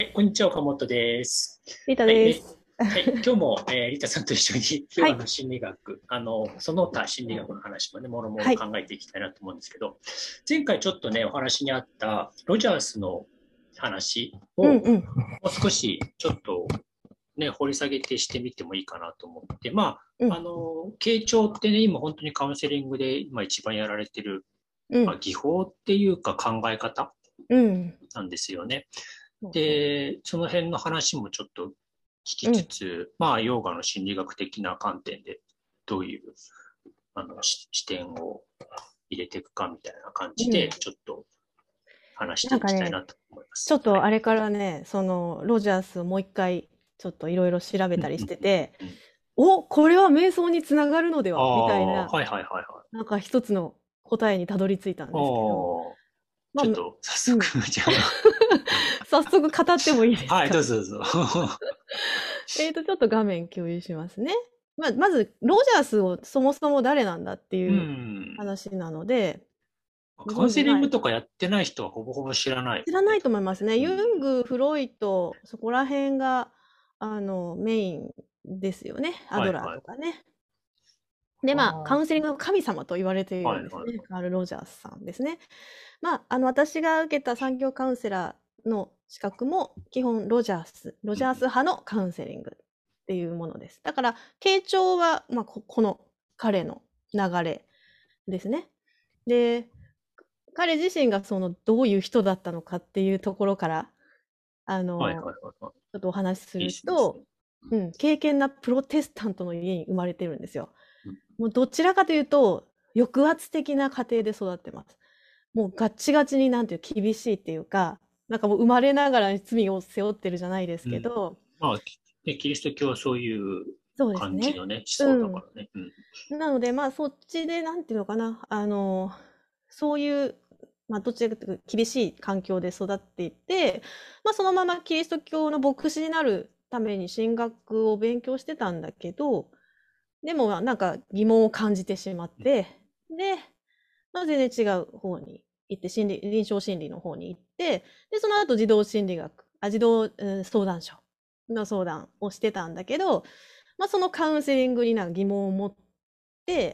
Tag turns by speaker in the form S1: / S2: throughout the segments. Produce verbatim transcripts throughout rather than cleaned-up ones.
S1: はい、こんにちは、岡本です。
S2: リータ
S1: はい、え、
S2: です。
S1: はい、今日も、えー、リタさんと一緒にヨ
S2: はい。
S1: ガの心理学、あの、その他心理学の話もね、もろもろ
S2: はい。
S1: 考えていきたいなと思うんですけど、前回ちょっとね、お話にあったロジャースの話を、も
S2: うんうん。
S1: う少しちょっとね、掘り下げてしてみてもいいかなと思って、まあ、あ
S2: うん。
S1: の、傾聴ってね、今本当にカウンセリングで今一番やられてる、まあ、
S2: うん。
S1: 技法っていうか考え方
S2: うん。
S1: なんですよね。
S2: そうそ
S1: で、その辺の話もちょっと聞き
S2: う。うん。
S1: つつ、まあ、ヨガの心理学的な観点でどういうあの視点を入れていくかみたいな感じで、
S2: うん。
S1: ちょっと話してい
S2: なんかね、
S1: きたいなと思います。
S2: ちょっ
S1: はい。
S2: とあれからね、そのロジャースをもう一回ちょっといろいろ調べたりし
S1: うんうん
S2: てて、
S1: うんうん。
S2: お、これは瞑想につながるので
S1: あ
S2: はみたい
S1: あ、
S2: な、
S1: はいはいはいはい。
S2: なんか一つの答えにたどり着いたん
S1: あ
S2: ですけど、
S1: あ、
S2: まあ、
S1: ちょっ
S2: む
S1: と早
S2: うん。
S1: 速、じゃあ、
S2: 早速語ってもいいです
S1: はい、ど
S2: か？
S1: うぞどうぞ。
S2: えーと、ちょっと画面共有しますね。まあ、まず、ロジャースをそもそも誰なんだって
S1: う
S2: いう
S1: ん。
S2: 話なので、ご
S1: カウン
S2: 存知ない
S1: セリングとかやってない人はほぼほぼ知らない
S2: 知らない
S1: よね、
S2: と思いますね。
S1: 多分ね。
S2: ユング、フロイト、そこら辺が、あの、メインですよね。
S1: うん。
S2: アドラー
S1: はいはい。
S2: とかね。で、まあ、カウン
S1: あ
S2: セリングの神様と言われてい
S1: あ、は
S2: るんですね。
S1: いはいはい。
S2: カール・ロジャースさんですね。まあ、あの、私が受けた産業カウンセラーの資格も、基本、ロジャース、ロジャース
S1: うん
S2: 派のカウンセリングっていうものです。だから、傾聴は、まあ、ここの彼の流れですね。で、彼自身がそのどういう人だったのかっていうところから、あ
S1: はいはい
S2: の、
S1: はいは
S2: ちょっとお話しす
S1: い。いいっ
S2: る
S1: すね、いいっすね。
S2: と、うん、敬虔なプロテスタントの家に生まれてるんですよ。
S1: うん、
S2: もうどちらかというと、抑圧的な家庭で育ってます。もうガッチガチになんていう厳しいっていうか、なんかもう生まれながらに罪を背負ってるじゃないです
S1: うん。
S2: けど、
S1: まあ、ね、キリスト教はそういう
S2: そうですね。
S1: 感じのね、思想だ
S2: うん。
S1: からね。うん。
S2: なので、まあそっちでなんていうのかな、あの、そういう、まあどちらかというと厳しい環境で育っていて、まあそのままキリスト教の牧師になるために神学を勉強してたんだけど、でもなんか疑問を感じてしまっ
S1: うん。
S2: て、で、まあ、全然違う方に行って、心理、臨床心理の方に行って、で、その後児童心理学、あ、児童、うん、相談所の相談をしてたんだけど、まあ、そのカウンセリングになんか疑問を持って、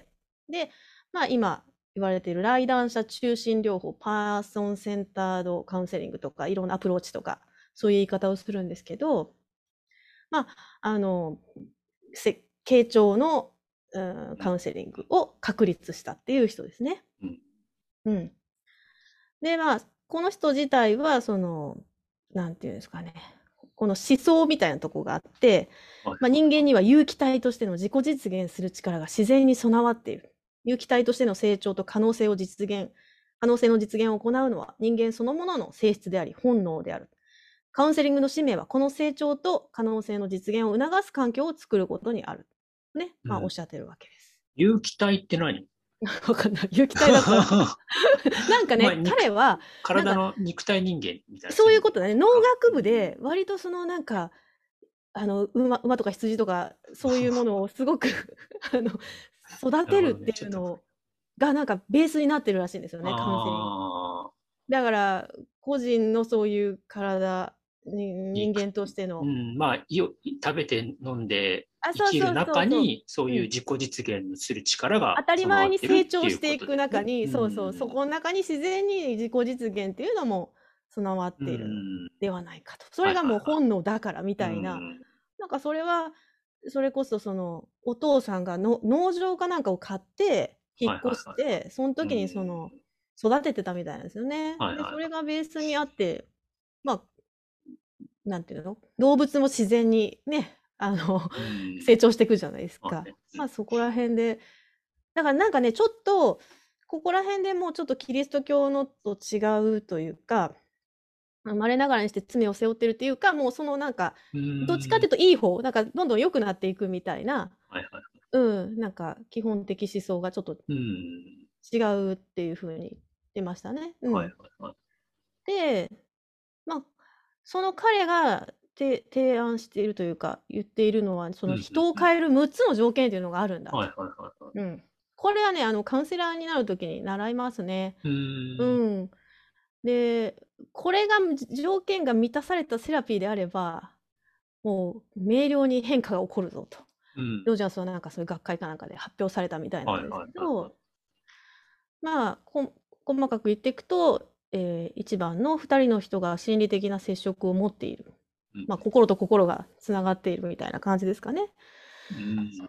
S2: で、まあ、今言われている来談者中心療法、パーソンセンタードカウンセリングとか、いろんなアプローチとか、そういう言い方をするんですけど、まあ、あの、せ傾聴の、うん、
S1: うん。
S2: カウンセリングを確立したっていう人ですね。
S1: うん。
S2: うん。で、まあ、この人自体は、その、なんていうんですかね、この思想みたいなとこがあって、
S1: はい
S2: まあ、人間には有機体としての自己実現する力が自然に備わっている。有機体としての成長と可能性を実現、可能性の実現を行うのは人間そのものの性質であり、本能である。カウンセリングの使命は、この成長と可能性の実現を促す環境を作ることにある。ね、まあ、おっ
S1: うん。
S2: しゃってるわけです。
S1: 有機体って何？
S2: わかんない。有機体だったらなんか
S1: まあ、
S2: ね、
S1: 肉、
S2: 彼は、なんか
S1: 体の肉体人間みたいな、
S2: そ
S1: そういうこ
S2: ういうことだね。農
S1: とかな。う
S2: 学部
S1: ん。
S2: で、割とそのなんか、あの、馬馬とか羊とか、そういうものをすごくあの、育てるっ
S1: なるほどね。ちょっと、
S2: ていうのが、なんかベースになってるらしいんですよね、カウンセリング。
S1: ああ、
S2: だから、個人のそういう体に人
S1: 肉、
S2: 間としての
S1: うん、まあ、よ食べて飲んで
S2: あ、
S1: 生きる
S2: そうそうそうそう。
S1: 中に、そう
S2: うん。
S1: いう自己実現する力が
S2: 当たり
S1: 備わ
S2: 前に
S1: ってるって
S2: 成長してい
S1: いうこと
S2: く中
S1: ですね。
S2: に、
S1: う
S2: そうそう、そ
S1: ん。
S2: この中に自然に自己実現っていうのも備わっ
S1: う
S2: ているの
S1: ん。
S2: ではないかと。そ
S1: はい
S2: れがもう
S1: はいは
S2: 本能だからみ
S1: い。う
S2: たいな、
S1: ん。
S2: なんかそれは、それこそその、お父さんがの農場かなんかを買って引
S1: はい
S2: っ越
S1: はいはいは
S2: して、その
S1: い。う
S2: 時にその、
S1: ん。
S2: 育ててたみたいなんですよね。で、
S1: はいはいは
S2: それがベースにあって、まあ、なんていうの、動物も自然にね、あの、
S1: い。うん。
S2: 成長していくじゃないですか。
S1: まあね。うん。
S2: まあ、そこら辺でだからなんかね、ちょっと、ここら辺でもうちょっとキリスト教のと違うというか、生まれながらにして罪を背負ってるっていうか、もうそのなんか、
S1: う
S2: どっちかって
S1: ん。
S2: いうといい方、なんかどんどん良くなっていくみたいな、
S1: はいはい。
S2: うん、なんか基本的思想がちょっと
S1: うん。
S2: 違うっていう風に言ってましたね。う
S1: はい
S2: ん。
S1: はいはい。
S2: で、まあ、その彼がて提案しているというか、言っているのは、そ
S1: うん
S2: の
S1: うんうん。
S2: 人を変えるむっつの条件というのがあるんだと。
S1: はいはいはいはい。
S2: うん。これはね、あのカウンセラーになるときに習いますね。
S1: うーん。
S2: うん。 で、これが条件が満たされたセラピーであれば、もう明瞭に変化が起こるぞと。
S1: うん。
S2: ロジャースはなんかそういう学会かなんかで発表されたみたいなんです
S1: はいはい
S2: け
S1: はいはい。
S2: ど、まあ、こ細かく言っていくと、えー、いちばんのふたりの人が心理的な接触を持っている。
S1: うん
S2: まあ、心と心がつながっているみたいな感じですかね。
S1: うん。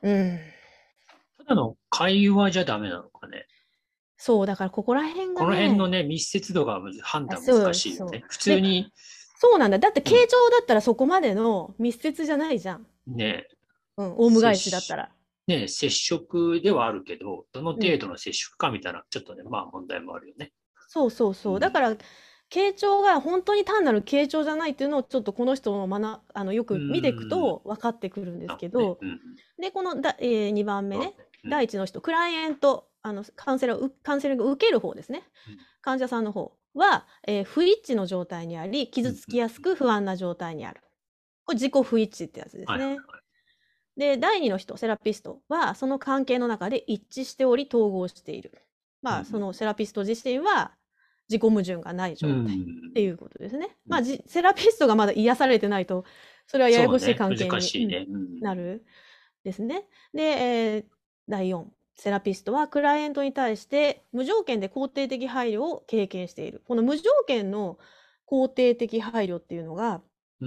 S2: うん。
S1: ただの会話じゃダメなのかね。
S2: そう、だからここら辺が
S1: この辺の
S2: ね、
S1: ね、密接度がむず判
S2: あ、
S1: 断難
S2: そうそう。
S1: しいよね。普通
S2: で、
S1: に、
S2: そうなんだ。だって
S1: うん、
S2: 傾聴だったらそこまでの密接じゃないじゃん。
S1: ね、
S2: うん、オウム
S1: 接
S2: 返しだった
S1: し、
S2: ら。
S1: ね、接触ではあるけど、どの
S2: うん。
S1: 程度の接触かみたいな、ちょっとね、まあ問題もあるよね。
S2: そうそうそう。だ
S1: うん。
S2: から、傾聴が本当に単なる傾聴じゃないっていうのをちょっとこの人のまな、あのよ
S1: う
S2: く見ていく
S1: ん。
S2: と分かってくるんで
S1: なるほどね。
S2: すけど、
S1: うん。
S2: で、このだ、えー、にばんめね、
S1: そうね。うん。
S2: 第一の人、クライエント、あのカウンセラーを、カウンセリングを受ける方ですね。
S1: うん。
S2: 患者さんの方は、えー不一致の状態にあり、
S1: うん。
S2: 傷つきやすく不安な状態にある。これ自己不一致ってやつです
S1: はいはい
S2: ね。
S1: はい。
S2: で、第二の人、セラピストは、その関係の中で一致しており、統合している。まあ、そのセラピスト自身は自己矛盾がない
S1: うん。う
S2: 状態ってい
S1: ん。
S2: うことですね。
S1: うん。
S2: まあ、じセラピストがまだ癒されてないと、それはややこしい
S1: そうね。
S2: 関係に、
S1: 難しいね。
S2: うん
S1: うん。
S2: なるですね。で、えーだいよん、セラピストはクライアントに対して無条件で肯定的配慮を経験している。この無条件の肯定的配慮っていうのが、
S1: うん。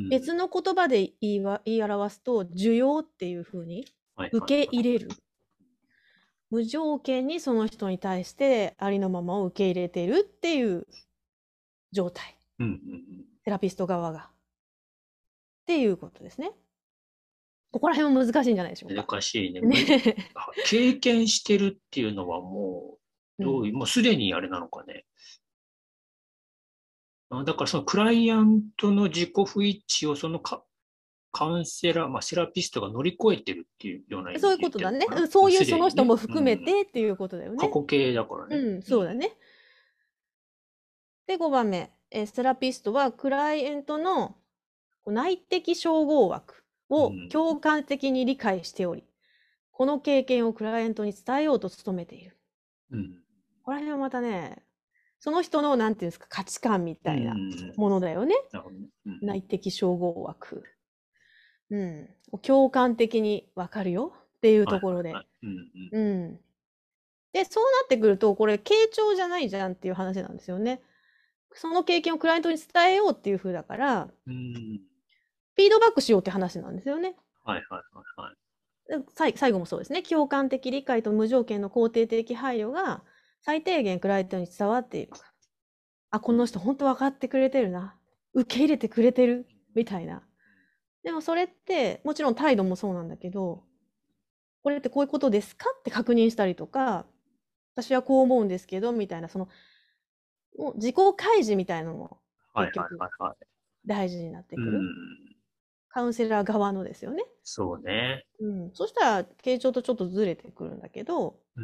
S2: 別の言葉で言いわ言い表すと、受容っていう風に
S1: はいはい
S2: 受け
S1: はい。
S2: 入れる。無条件にその人に対してありのままを受け入れているっていう状態。
S1: うんうん
S2: セラピスト側が。っていうことですね。ここら辺も難しいんじゃないでしょう
S1: うん。
S2: か。
S1: 難しいね。む
S2: ね。
S1: 経験してるっていうのはもう、
S2: うん。
S1: どういう、もうすでにあれなのかね。あだからそのクライアントの自己不一致をそのカカウンセラー、まあ、セラピストが乗り越えてるっていうような意味
S2: そういう
S1: で言
S2: ことだね。
S1: ってるのかな。
S2: うん、そ
S1: もう
S2: ういうその
S1: すでにね。
S2: 人も含め
S1: うん。
S2: てっていうことだよね。
S1: 過去形だからね。
S2: うん、
S1: うん。
S2: そうだね。で、ごばんめ、えーセラピストはクライアントの内的称号枠
S1: う
S2: を
S1: ん。
S2: 共感的に理解しており、この経験をクライアントに伝えようと努めている。
S1: うん。
S2: これはまたね、その人の、なんていうんですか、価値観み
S1: う
S2: たいな
S1: ん。
S2: ものだよね。
S1: なるほどね。うん。
S2: 内的称号枠。うん。共感的にわかるよっていう
S1: はい
S2: ところで。
S1: はいはい。うん。
S2: うん。で、そうなってくると、これ、傾聴じゃないじゃんっていう話なんですよね。その経験をクライアントに伝えようっていう風だから、
S1: うん。
S2: フィードバックしようって話なんですよね。
S1: はいはいはいはい。
S2: 最最後もそうですね。共感的理解と無条件の肯定的配慮が最低限クライアントに伝わっているか。あ、こ
S1: うん。
S2: の人本当分かってくれてるな。受け入れてくれてる。みたいな。でもそれって、もちろん態度もそうなんだけど、これってこういうことですかって確認したりとか、私はこう思うんですけど、みたいな、その、もう自己開示みたいなのも
S1: はいはい
S2: 結局
S1: はいはい。
S2: 大事になって
S1: う
S2: くる。
S1: ん。
S2: カウンセラー側のですよね。
S1: そうね。
S2: うん。そしたら、傾聴とちょっとずれてくるんだけど、
S1: うん。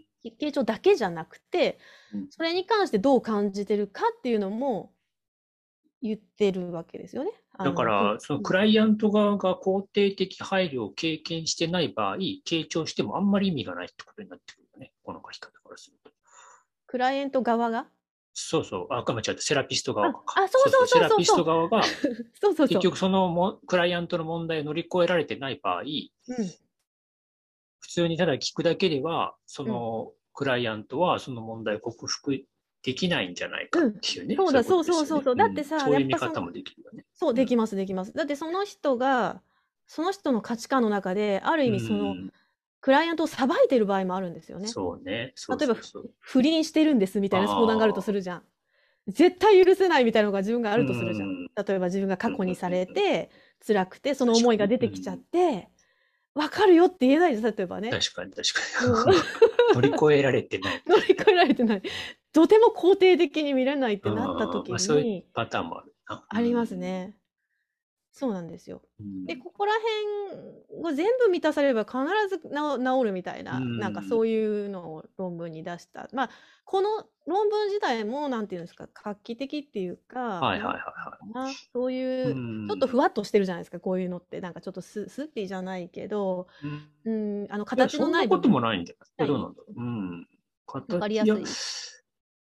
S2: 傾聴だけじゃなくて、
S1: うん。
S2: それに関してどう感じてるかっていうのも言ってるわけですよね。あの、ふ
S1: だから、その
S2: うん、
S1: クライアント側が肯定的配慮を経験してない場合、傾聴してもあんまり意味がないってことになってくるよね。この書き方からすると。
S2: クライアント側が
S1: そうそう。あ、か間違った。セラピスト
S2: あ、
S1: 側か。
S2: あ、そう
S1: そうそう。セラピス
S2: そうそうそうそう。
S1: ト側が、
S2: そうそうそう。
S1: 結局そのもクライアントの問題を乗り越えられてない場合、
S2: うん、
S1: 普通にただ聞くだけでは、そ
S2: うん、
S1: のクライアントはその問題を克服できないんじゃないかっ
S2: うん。
S1: ていうね。
S2: そうだ、
S1: そういうこ
S2: そう
S1: とですよね。
S2: そうそうそう。
S1: うん。
S2: だってさ、
S1: そういう見
S2: やっぱその、
S1: 方もできるよね。
S2: そう、
S1: うん。
S2: できます、できます。だってその人が、その人の価値観の中で、ある
S1: う
S2: 意味その、
S1: ん。
S2: クライアントを裁いてる場合もあるんですよね。
S1: そうね。そう
S2: 例えば、ふ
S1: そうそう。
S2: 不倫してるんですみたいな相談があるとす
S1: ああ。
S2: るじゃん。絶対許せないみたいなのが自分があ
S1: う
S2: るとするじゃん。
S1: ん。
S2: 例えば自分が過
S1: うん。うん。
S2: 去にされ
S1: うん。
S2: て、辛くて、その思いが
S1: 確かに。
S2: 出てきちゃっ
S1: うん。
S2: て、わかるよって言えないです、例えばね。
S1: 確かに、確
S2: うん。
S1: かに。乗り越えられてない。
S2: 乗り越えられてない。とても肯定的に見れないっ
S1: う
S2: てなった
S1: ん。まあ、
S2: 時
S1: そういう
S2: に、
S1: パターンもあるな。う
S2: あります
S1: ん。
S2: ね。そうなんですよ。で、
S1: うん。
S2: ここら辺が全部満たされれば必ずな治るみたい
S1: う
S2: な、なんか
S1: ん。
S2: そういうのを論文に出した。まあ、この論文自体も、なんていうんですか、画期的っていうか、
S1: はいはいはい
S2: なんていうの
S1: は
S2: かな、そうい
S1: い。う
S2: う、ちょっとふ
S1: ん。
S2: わっとしてるじゃないですか、こういうのって。なんかちょっとススッピーじゃないけど、
S1: うん。
S2: うん、あの、
S1: いや、
S2: 形の
S1: そんなことも
S2: ない部分
S1: ないんじゃない？いや、どうな
S2: ない
S1: んだろう。うん。
S2: わかり
S1: 形、いや、
S2: やすい。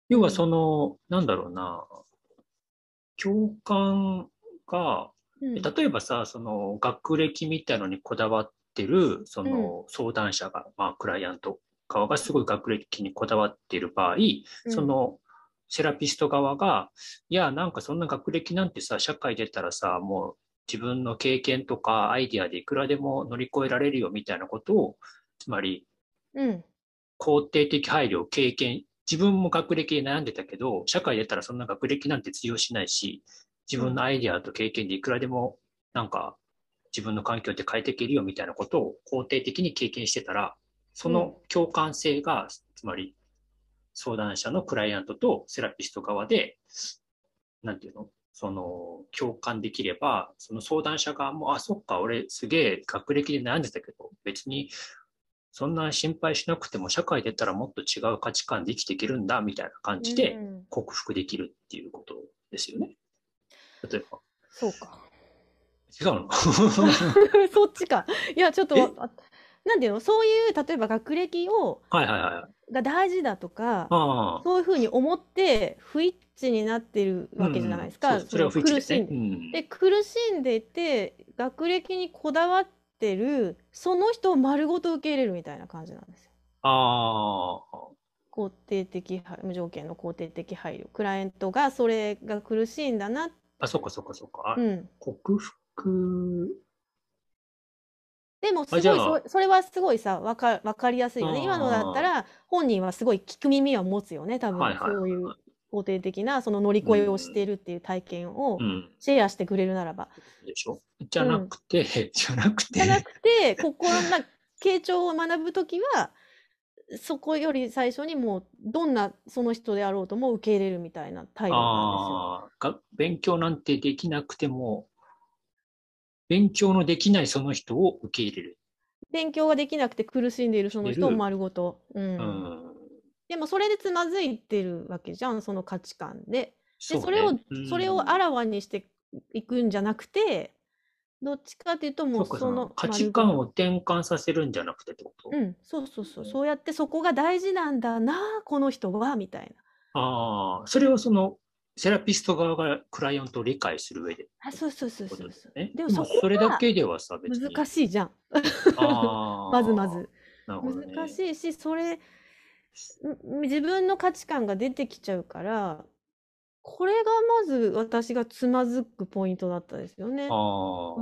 S1: 要はその、なんだろうな、共感が、
S2: うん。
S1: 例えばさ、その学歴みたいのにこだわってる、そ
S2: うん。
S1: の相談者が、まあ、クライアント側がすごい学歴にこだわっている場合、
S2: うん。
S1: そのセラピスト側が、いや、なんかそんな学歴なんてさ、社会出たらさ、もう自分の経験とかアイディアでいくらでも乗り越えられるよみたいなことを、つまり
S2: うん。
S1: 肯定的配慮を経験、自分も学歴で悩んでたけど、社会出たらそんな学歴なんて通用しないし、自分のアイディアと経験でいくらでもなんか自分の環境って変えていけるよみたいなことを肯定的に経験してたら、そ
S2: うん。
S1: の共感性が、つまり相談者のクライアントとセラピスト側で、なんていうのその共感できれば、その相談者側も、あ、そっか、俺すげえ学歴で悩んでたけど、別にそんな心配しなくても社会出たらもっと違う価値観で生きていけるんだみたいな感
S2: う
S1: じで
S2: ん。
S1: 克服できるっていうことですよね。例えば。
S2: そうか。
S1: 違うの
S2: そっちか。いや、ちょっと
S1: え
S2: わ、なんていうの、そういう、例えば学歴を、
S1: はいはいはい。
S2: が大事だとか、
S1: ああ、
S2: そういうふうに思って不一致になってる
S1: う
S2: わけじゃないで
S1: ん、そう、
S2: すか。その
S1: それは不一致だよね。う
S2: 苦しんで。で、
S1: ん。
S2: 苦しんでいて、学歴にこだわってる、その人を丸ごと受け入れるみたいな感じなんですよ。
S1: ああ、
S2: 肯定的配、無条件の肯定的配慮。クライアントがそれが苦しいんだな。
S1: あ、そっかそっかそっか。あ、
S2: うん。
S1: 克服、
S2: でも
S1: あ、
S2: すごいそ、
S1: じゃあ、
S2: それはすごいさ、わか、わかりやすい
S1: あ
S2: よね。今のだった
S1: あ、
S2: ら本人はすごい聞く耳は持つよね。多分
S1: はいはい
S2: そういう
S1: は
S2: 肯定的なその乗り
S1: い。う
S2: 越えをしてい
S1: ん、
S2: るっていう体験を
S1: うん。
S2: シェアしてくれるならば。
S1: でしょじゃな
S2: うん。
S1: くて、じゃなく
S2: じゃな
S1: て、
S2: くて、心のな、傾聴を学ぶときは、そこより最初にもうどんなその人であろうとも受け入れるみたいな態度なんですよ。
S1: ああ、が勉強なんてできなくても、勉強のできないその人を受け入れる。
S2: 勉強ができなくて苦しんでいるその人を
S1: 入れる。
S2: 丸ごと。う
S1: う
S2: ん。
S1: ん、
S2: でもそれでつまずいてるわけじゃん、その価値観で。で、それを、
S1: そうね。う
S2: それをあ
S1: ん。
S2: らわにしていくんじゃなくて、どっちかっていうとも
S1: そっか、そ
S2: うその
S1: の価値
S2: 丸ごと。
S1: 観を転換させるんじゃなくてってこと
S2: うん、そうそうそう。そうやってそこが大事なんだな、この人は、みたいな。
S1: ああ、それをそのセラピスト側がクライアントを理解する上でって
S2: あ、そうそうそう
S1: ことだよ
S2: そうそう。
S1: ね。でも
S2: でもそこ
S1: それだ
S2: が
S1: けではさ、別
S2: 難
S1: に。
S2: しいじゃん。まずま
S1: ああ、
S2: ず。
S1: なるほど
S2: 難
S1: ね。
S2: しいし、それ、ん自分の価値観が出てきちゃうから、これがまず私がつまずくポイントだったですよ
S1: あ
S2: ね。うん。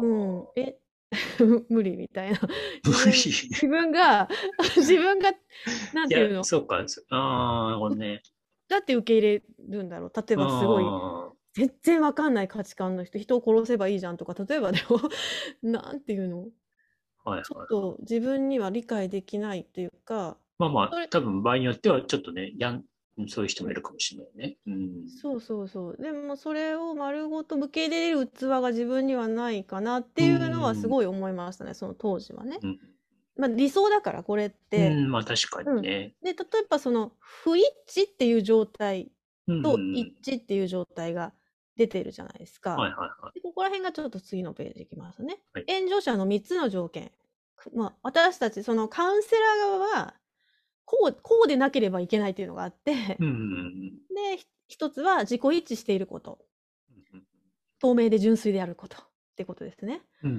S1: あ、
S2: え、無理みたいな。
S1: 無
S2: 自分、
S1: 理。
S2: 自分が、自分が、なん
S1: いや、
S2: ていうの、
S1: そうか。ああ、なるほどね。
S2: だって受け入れるんだろう。例え
S1: あ
S2: ばすごい、
S1: あ、は
S2: 全然わかんない価値観の人、人を殺せばいいじゃんとか、例えばでも、なんていうの、
S1: いはい
S2: ちょっ
S1: はい。
S2: と自分には理解できないっていうか、
S1: まあまあ、
S2: それ、
S1: 多分場合によってはちょっとね、やん、そういう人もいるかもしれないね。うん。
S2: そうそうそう。でもそれを丸ごと受け入れる器が自分にはないかなって
S1: う
S2: いうのはす
S1: ん。
S2: ごい思いましたね、その当時はね。
S1: うん。
S2: まあ、理想だからこれって。
S1: うん、まあ確かに
S2: うん。
S1: ね。
S2: で、例えばその不一致っていう状態
S1: うん。う
S2: と一
S1: ん
S2: 致っていう状態が出てるじゃないですか。
S1: はいはいはい。
S2: で、ここら辺がちょっと次のページいきますね。
S1: はい。
S2: 援助者のみっつの条件。まあ、私たちそのカウンセラー側はこう、こうでなければいけないっていうのがあって、
S1: うん。
S2: で、一つは自己一致していること。
S1: うん。
S2: 透明で純粋であることってことですね。
S1: うん。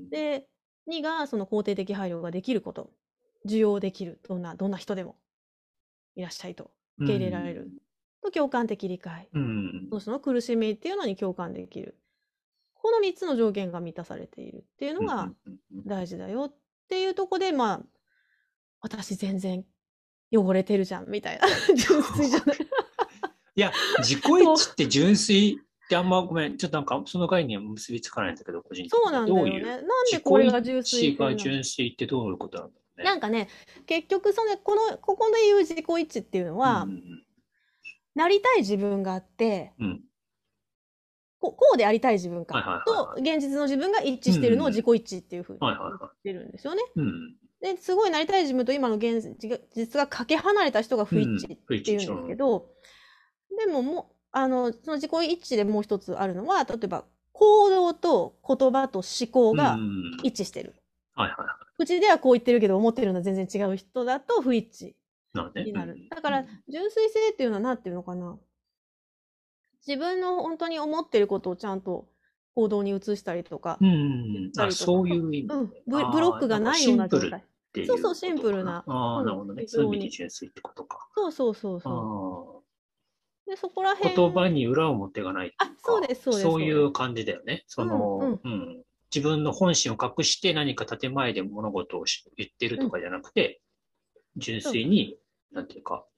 S2: で、にがその肯定的配慮ができること。受容できる。どんな、どんな人でもいらっしゃいと。
S1: う
S2: 受け入れられる。
S1: ん。
S2: と、共感的理解。
S1: うん。
S2: その人の苦しみっていうのに共感できる。このみっつの条件が満たされているっていうの
S1: うん。
S2: が
S1: うん。
S2: 大事だよっていうとこで、まあ、私全然汚れてるじゃんみたいな。純粋じゃない。
S1: いや、自己
S2: そう、
S1: 一致って純粋ってあんまごめん、ちょっとなんかその概念は結びつかないんだけど、個人的には。
S2: そうなん
S1: どういう
S2: だよね。なんで
S1: 自
S2: これが
S1: 己
S2: 純粋
S1: 一致が
S2: 性なの？
S1: 純粋ってどういうことなんだろうね。
S2: なんかね、結局その、この、ここで言う自己一致っていうの
S1: う
S2: は、
S1: ん。
S2: なりたい自分があって、
S1: うん。
S2: ここうでありたい自分か
S1: はいはいはいは
S2: と現実の自分が一
S1: い。
S2: 致しているのを自己
S1: うん。
S2: 一致っていうふうに言っ
S1: はいはいは
S2: てるんですよね。
S1: い。うん。
S2: で、すごいなりたい自分と今の現実がかけ離れた人が
S1: うん。
S2: 不一致っ
S1: 不一致。
S2: ていうんですけど、でももう、あの、その自己一致でもう一つあるのは、例えば行動と言葉と思考
S1: う
S2: が
S1: ん。
S2: 一致してる。
S1: はいはいは
S2: 口ではこう言ってるけど思ってるのは全然違う人だと不一致。
S1: い。 なんで、
S2: になる。
S1: うん
S2: だから、純粋性っていうのは何ていうのかな。自分の本当に思ってることをちゃんと行動に移したりとか、
S1: うん。
S2: 言っ
S1: うん。あ、
S2: たりとか、
S1: そういう意味
S2: うん、
S1: で。
S2: ブブロッ
S1: ああ、なんか
S2: クがないよう
S1: シンプル
S2: な状態。
S1: っていう
S2: そうそう、シン
S1: ことかな。
S2: プルな、
S1: ああ、
S2: うん、
S1: なるほどね。
S2: 非常に。
S1: そういう意味で純粋ってことか。
S2: そうそうそう
S1: あ
S2: そ
S1: あ。
S2: う。で、そこら
S1: 言葉
S2: 辺、
S1: に裏表がないってい
S2: あ、
S1: うか、
S2: そうですそうです
S1: そう
S2: そうです。
S1: いう感じだよね。そ
S2: うんう
S1: の、
S2: ん
S1: うん。自分の本心を隠して何か建前で物事を言ってる
S2: うん。
S1: とかじゃなくて、純
S2: そう。
S1: 粋に、なんていうか、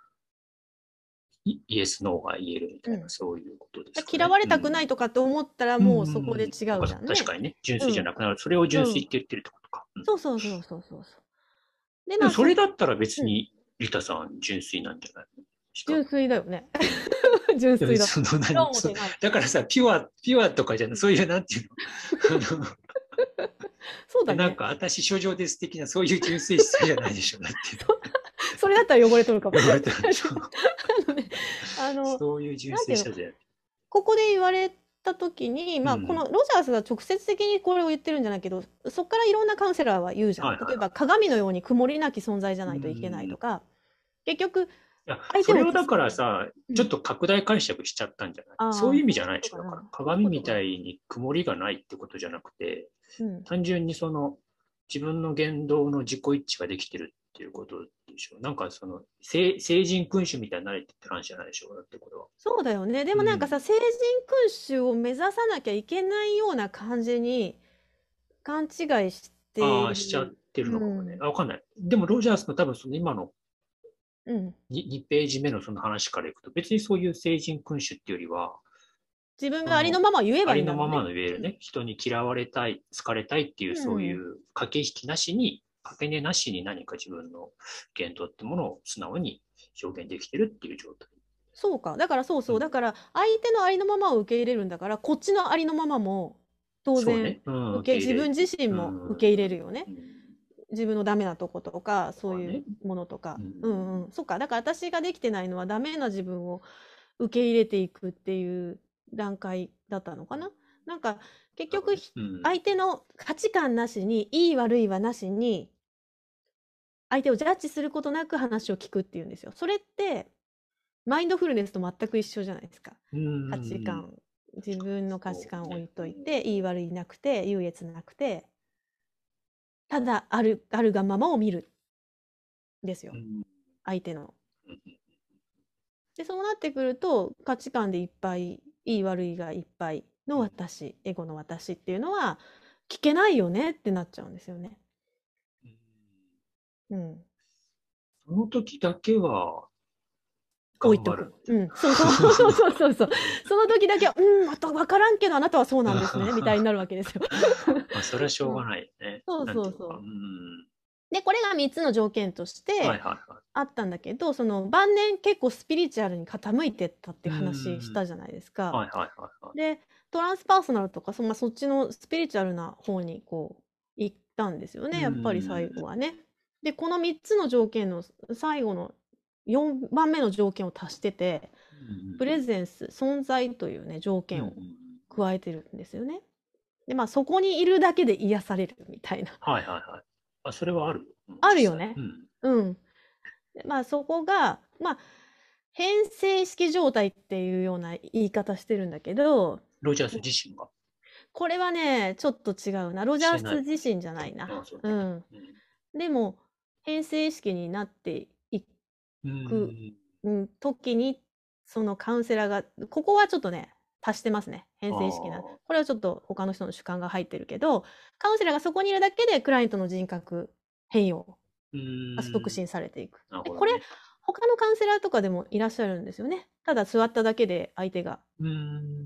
S1: イエス、ノーが言えるみたいな、
S2: うん。
S1: そういうことですかね。
S2: 嫌われたくない
S1: うん。
S2: とかって思ったら、
S1: うんうん
S2: もうそこで
S1: うん。
S2: 違
S1: そうか、
S2: うじゃんね。
S1: 確かにね。純粋じゃ
S2: うん。
S1: なくなる。それを純粋
S2: うん。
S1: って言ってるってことか。うん。
S2: そうそうそうそうそうそう。で、
S1: でも
S2: まあ、そ
S1: それだったら別
S2: うん、
S1: に、リタさん純粋なんじゃないのしかも。
S2: 純粋だよね。純粋だ。
S1: その
S2: 裏
S1: 何、そ
S2: 表ない。
S1: だからさ、ピュア、ピュアとかじゃない、
S2: うん。
S1: そういうなんていうの。あの、
S2: そうだね。
S1: なんか、私、処女です的な、そういう純粋さじゃないでしょ。だって。
S2: そそれだったら汚れとるかも。
S1: 汚れてるでしょ。
S2: あのね、あの、
S1: そういう純
S2: なんていうの、
S1: 粋さじゃない。
S2: ここで言われた時に、まあ、こ
S1: うん。
S2: のロジャースが直接的にこれを言ってるんじゃないけど、そこからいろんなカウンセラーは言うじゃん。
S1: はいはいは
S2: 例えば鏡のように曇りなき存在じゃ
S1: い。う
S2: ないといけない
S1: ん。い
S2: とか、結局
S1: や、
S2: 相手を助
S1: それをだか
S2: ける。
S1: らさ、
S2: うん。
S1: ちょっと拡大解釈しちゃったんじゃないそう
S2: ああ、
S1: いう意味
S2: そういう
S1: じゃないでしょ。だから、
S2: ことかな。そういう
S1: 鏡み
S2: ことかな。
S1: たいに曇りがないってことじゃなくて、
S2: うん。
S1: 単純にその、自分の言動の自己一致ができてるっていうことでしょ。なんかその、聖聖人君主みたいになれって話じゃないでしょ。だってこれは。
S2: そうだよね。で
S1: う
S2: もなんかさ、
S1: ん。
S2: 聖人君主を目指さなきゃいけないような感じに勘違いして
S1: ああ、しちゃっ
S2: る。
S1: てる
S2: う
S1: のかもね。
S2: ん。
S1: あ、わかんない。でも、ロジャースの多分その今の
S2: うん。
S1: ににページ目のその話からいくと、別にそういう聖人君主っていうよりは、
S2: 自分があり
S1: その、
S2: のまま言え
S1: あ
S2: ばいいんだろうね。
S1: りのままの言えるね、人に嫌われたい、好かれたいっていう、
S2: うん。
S1: そういう駆け引きなしに、かけねなしに何か自分の言動ってものを素直に表現できてるっていう状態。
S2: そうか。だからそうそう。
S1: うん、
S2: だから相手のありのままを受け入れるんだから、こっちのありのままも当然
S1: そうね。うん、
S2: 受け、
S1: 受け入れ、
S2: 自分自身
S1: う
S2: も受け入れる
S1: ん、
S2: よね。
S1: うん、
S2: 自分のダメなとことか、そう
S1: はね。
S2: いうものとか。
S1: うん、
S2: うんうん。そっか。だから私ができてないのはダメな自分を受け入れていくっていう段階だったのかな。なんか結局、
S1: なるほどね。うん、
S2: 相手の価値観なしに、いい悪いはなしに、相手をジャッジすることなく話を聞くっていうんですよ。それってマインドフルネスと全く一緒じゃないですか。
S1: う
S2: 価値
S1: ん、
S2: 観、自分の価値観を置い
S1: そうね。うん、
S2: といて、いい悪いなくて、優越なくて、ただある、あるがままを見るんですよ。
S1: うん、
S2: 相手の。
S1: うん、
S2: で、そうなってくると、価値観でいっぱい、いい悪いがいっぱいの
S1: うん、
S2: 私、エゴの私っていうのは、聞けないよねってなっちゃうんですよね。
S1: うん。
S2: うん。
S1: その時だけは頑張
S2: 置いとく。
S1: るみたい
S2: うん。そうそうそうそうそうそう。その時だけは、うん、また分からんけど、あなたはそうなんですね、みたいになるわけですよ。
S1: な。まあ、それはしょう
S2: うん。
S1: がないよね。
S2: そう
S1: なんていうのか。う
S2: そうそう。
S1: ん。
S2: で、これがみっつの条件とし
S1: はい
S2: て
S1: はいは
S2: あったんだけど、その晩年結構スピリチュアルに傾いてったって
S1: い。う
S2: いう話し
S1: ん。
S2: たじゃないですか。
S1: はいはいはいはい。
S2: で、トランスパーソナルとか、そ、まあ、そっちのスピリチュアルな方にこう行ったんですよ
S1: う
S2: ね、やっぱり最後
S1: ん。
S2: はね。で、このみっつの条件の最後のよんばんめの条件を足してて、プレゼンス、存在というね、条
S1: うん。う
S2: 件を
S1: ん。
S2: 加えてるんですよね。で、まあ、そこにいるだけで癒されるみたいな。
S1: はいはいはい。あ、それはあるよ。うん、実際。
S2: あるよね。
S1: うん。
S2: うん。で、まあ、そこが、まあ、変性式状態っていうような言い方してるんだけど、
S1: ロジャース自身が
S2: これはね、ちょっと違うな。ロジャー
S1: してない。
S2: ス自身じゃない
S1: あ、
S2: な。
S1: そうね。
S2: うん。
S1: うん。
S2: でも、変性意識になってい
S1: う
S2: く、
S1: ん。
S2: うん、時に、そのカウンセラーが、ここはちょっとね、足してますね。
S1: あ
S2: 変性意識な。
S1: あ。
S2: これはちょっと他の人の主観が入ってるけど、カウンセラーがそこにいるだけで、クライアントの人格変容
S1: う
S2: が促
S1: ん。
S2: 進されていく。で、これ、
S1: なるほどね。
S2: 他のカウンセラーとかでもいらっしゃるんですよね。ただ座っただけで相手が
S1: うん。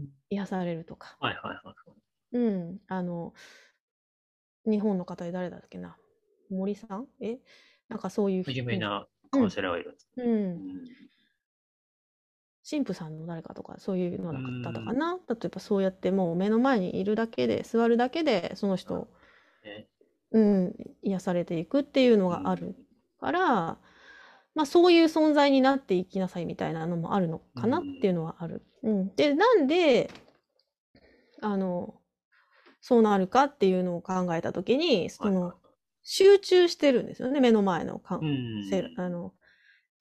S2: 癒されるとか。
S1: はいはいはい。
S2: うん。あの、日本の方で誰だっけな。森さんえなんかそういうふうに。
S1: 有名なカウン
S2: うん。
S1: セラーがいるんですね。
S2: うん。
S1: うん。
S2: 神父さんの誰かとか、そういうの
S1: う
S2: だったか
S1: ん。
S2: な。例えばそうやってもう目の前にいるだけで、座るだけで、その
S1: なるほ
S2: 人、
S1: どね。
S2: うん、癒されていくっていうの
S1: うん。
S2: があるから、まあそういう存在になっていきなさいみたいなのもあるの
S1: う
S2: かなっていう
S1: ん。
S2: のはある。うん。で、なんで、あの、そうなるかっていうのを考えたときに、その、
S1: はいはい。
S2: 集中してるんですよね、目の前のか
S1: う
S2: せ
S1: ん。
S2: あの、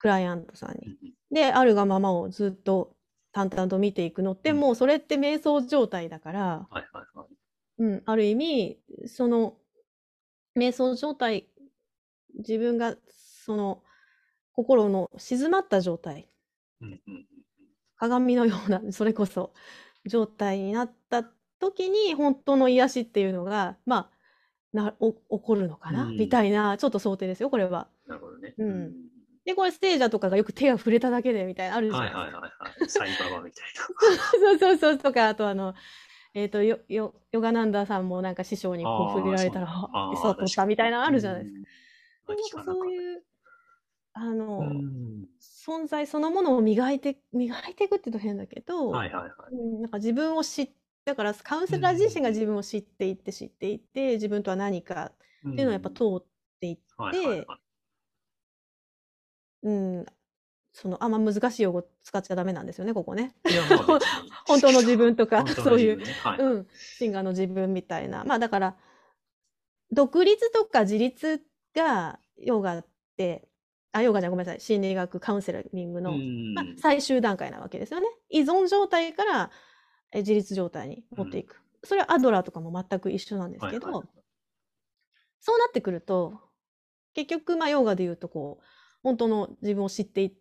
S2: クライアントさんに。
S1: うんうん
S2: で、あるがままをずっと淡々と見ていくのって、
S1: うん
S2: もうそれって瞑想状態だから、
S1: はいはいはい。
S2: うん、ある意味、その瞑想状態、自分がその心の静まった状態、
S1: うんうんうん
S2: 鏡のような、それこそ状態になった時に、本当の癒しっていうのが、まあ、なお起こるのかな、
S1: うん
S2: みたいな、ちょっと想定ですよ、これは。
S1: なるほどね。
S2: う。
S1: うんん
S2: で、これ、ステージャーとかがよく手が触れただけでみたいな、あるじゃ
S1: はいはい
S2: ないですか。
S1: はいはい。サイババみたい
S2: そうそうそう、とか、あとあの、えっと、ヨヨヨガナンダさんもなんか師匠に
S1: な。
S2: こう触れ
S1: ああ、そうなの。
S2: られたら、あ、
S1: ああ、
S2: 悟っ
S1: 確かにね。
S2: たみたいなのあ
S1: う
S2: るじゃないですか。
S1: ん。あ、
S2: でもなんか
S1: 聞かなかっ
S2: そういう、あ
S1: た。う
S2: の、
S1: ん。
S2: 存在そのものを磨いて磨いていくって言うと変だけど、
S1: はいはいはい。
S2: うん、なんか自分を知っだからカウン
S1: う
S2: セラー自身が
S1: ん。
S2: 自分を知っていって知っていって、自分とは何かっ
S1: う
S2: ていうのをやっぱ
S1: ん。
S2: 通っていっ
S1: はいはい
S2: て、
S1: は
S2: うん、その、あんま難しい用語使っちゃダメなんですよね、ここね。
S1: い。いや、まあ別にいいで
S2: 本当の自
S1: すけど。
S2: 分とか、
S1: 本当の
S2: そういう、
S1: 自分ね。はいはい。
S2: うん、シンガーの自分みたいな。まあだから、独立とか自立がヨガって、あ、ヨガじゃごめんなさい、心理学カウンセリング
S1: う
S2: の、まあ、
S1: ん。
S2: 最終段階なわけですよね。依存状態からえ自立状態に
S1: うん。
S2: 持っていく。それはアドラーとかも全く一緒なんです
S1: はいはい。
S2: けど、そうなってくると、結局、まあ、ヨガで言うと、こう、本当の自分を知っていって、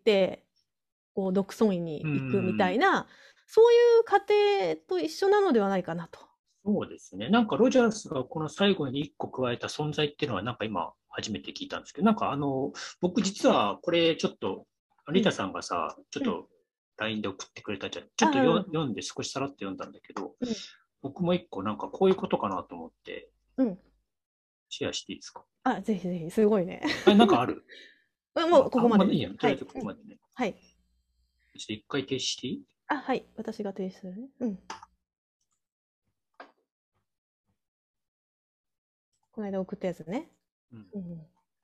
S2: こう、独尊院に
S1: う
S2: 行くみた
S1: ん。
S2: いな、そういう過程と一緒なのではないかなと。
S1: そうですね。なんかロジャースがこの最後に一個加えた存在っていうのは、なんか今初めて聞いたんですけど、なんかあの、僕実はこれちょっと、
S2: うん、
S1: リタさんがさ、ちょっ
S2: うん。
S1: と ライン で送ってくれたじゃん。ちょっとよ
S2: ああ、
S1: 読んで少しさらっと読んだんだけど、
S2: うん、
S1: 僕も一個なんかこういうことかなと思って
S2: うん。
S1: シェアしていいですか？
S2: あ、ぜひぜひ、すごいね。
S1: あれ、なんかある？
S2: あ、もう
S1: まあ、あ、
S2: ここまでです。
S1: まだいいや。と
S2: はい。
S1: りあえずこ
S2: うん。
S1: こまでね。
S2: はい。
S1: ちょっと一回停止していい？
S2: あ、はい。私が提出するね。うん。この間送ったやつね。
S1: うん。
S2: うん。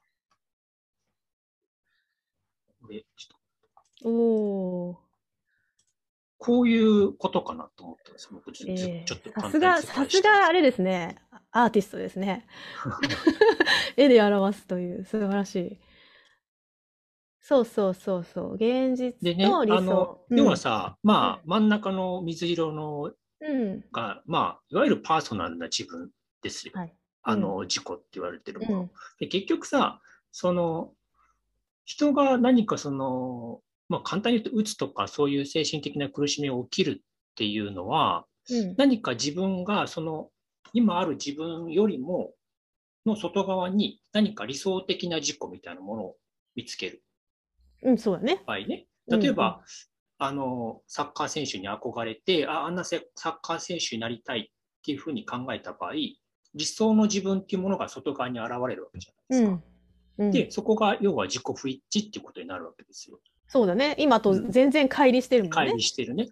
S1: で、ちょっと
S2: おー。
S1: こういうことかなと思ったんですよ。僕、ちょちょっ
S2: えー、
S1: と
S2: さすが、
S1: 簡単に図
S2: さ
S1: 解したんですけ
S2: すがあれですね。アーティストですね。絵で表すという素晴らしい。そうそうそうそう。現実
S1: ど。でね、
S2: と理
S1: あの、
S2: 想。う
S1: 要は
S2: ん。
S1: さ、
S2: うん。
S1: まあ、真ん中の水色の
S2: うん。
S1: が、まあ、いわゆるパーソナルな自分ですよ。
S2: はい。うん。
S1: あの、自己って言われてるもの。
S2: うん。
S1: で、結局さ、その、人が何かその、まあ、簡単に言うと、うつとかそういう精神的な苦しみが起きるっていうのは、
S2: うん。
S1: 何か自分がその、今ある自分よりも、の外側に何か理想的な自己みたいなものを見つける
S2: うん、そうだね。
S1: 場合ね。
S2: うん。うん。
S1: 例えば、あの、サッカー選手に憧れて、あ、あんなサッカー選手になりたいっていうふうに考えた場合、理想の自分っていうものが外側に現れるわけじゃないですか。
S2: うん。うん。
S1: で、そこが要は自己不一致っていうことになるわけですよ。
S2: そうだね。今と
S1: うん。
S2: 全然乖離してるもん
S1: 乖
S2: ね。
S1: 離してるね。
S2: うん。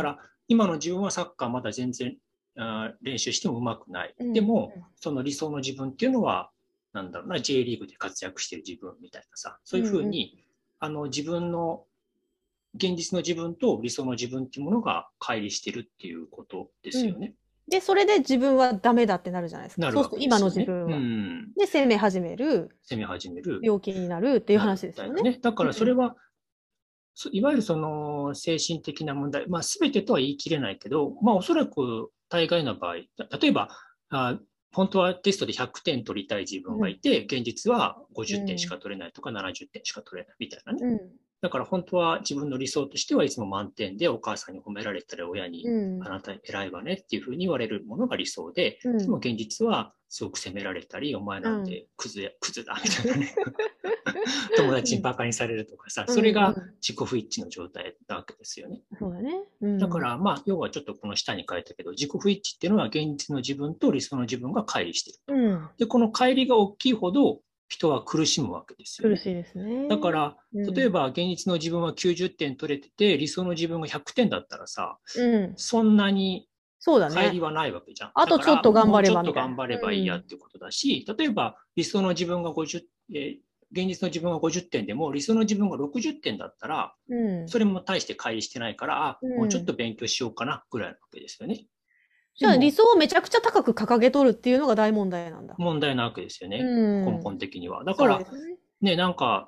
S1: だから、今の自分はサッカーまだ全然あ練習してもうまくない。
S2: うん。
S1: でも、
S2: うん。
S1: その理想の自分っていうのは、なんだろうな、J リーグで活躍してる自分みたいなさ、そういうふう
S2: うん。
S1: に、あの、自分の、現実の自分と理想の自分っていうものが乖離してるっていうことで
S2: うん。
S1: すよね。
S2: で、それで自分はダメだってなるじゃないですか。
S1: なるわけ
S2: そうすると今の
S1: ですよね。う
S2: 自分は。
S1: ん。
S2: で、責め始める、
S1: 攻め始める、
S2: 病気になるっていう
S1: なる
S2: 話ですよね。
S1: みたいなね。だか
S2: うん。
S1: らそれは、いわゆるその精神的な問題、まあ、全てとは言い切れないけど、まあ、おそらく大概の場合、例えば、あ本当はテストでひゃくてん取りたい自分
S2: うん。
S1: がいて、現実は50点し
S2: うん。
S1: か取れないとかななじゅってんしか取れないみたいなね。
S2: うん。
S1: だから本当は自分の理想としてはいつも満点でお母さんに褒められたり親に
S2: うん。
S1: あなた偉いわねっていうふうに言われるものが理想で、
S2: うん。
S1: でも現実はすごく責められたり、お前なん
S2: うん。
S1: てクズや、クズだみたいなね。友達に
S2: うん。
S1: バカにされるとかさ、
S2: うん。う
S1: それが
S2: ん。
S1: 自己不一致の状態なわけですよね。
S2: そうだね。うん。
S1: だから、まあ、要はちょっとこの下に書いたけど、自己不一致っていうのは現実の自分と理想の自分が乖離していると。
S2: うん。
S1: で、この乖離が大きいほど人は苦しむわけですよね。
S2: 苦しいですね。
S1: だから、
S2: うん。
S1: 例えば現実の自分はきゅうじゅってん取れてて、理想の自分がひゃくてんだったらさ、
S2: うん。
S1: そんなに
S2: そうだね。
S1: 乖離はないわけじゃん。
S2: あとちょっ
S1: だから、
S2: と頑張れ
S1: もうちょっ
S2: ばみたいな。
S1: と頑張ればいいやっ
S2: うん。
S1: ていうことだし、例えば理想の自分がごじゅう、えー現実の自分がごじゅってんでも、理想の自分がろくじゅってんだったら、
S2: うん。
S1: それも大して乖離してないから、あ、
S2: う
S1: もうちょっと
S2: ん。
S1: 勉強しようかなぐらいなわけですよね。
S2: じゃあ理
S1: でも、
S2: 想をめちゃくちゃ高く掲げとるっていうのが大問題なんだ。
S1: 問題なわけですよ
S2: う
S1: ね。根
S2: ん。
S1: 本的には。だか
S2: そう
S1: ら、
S2: ですね。
S1: ね、なんか、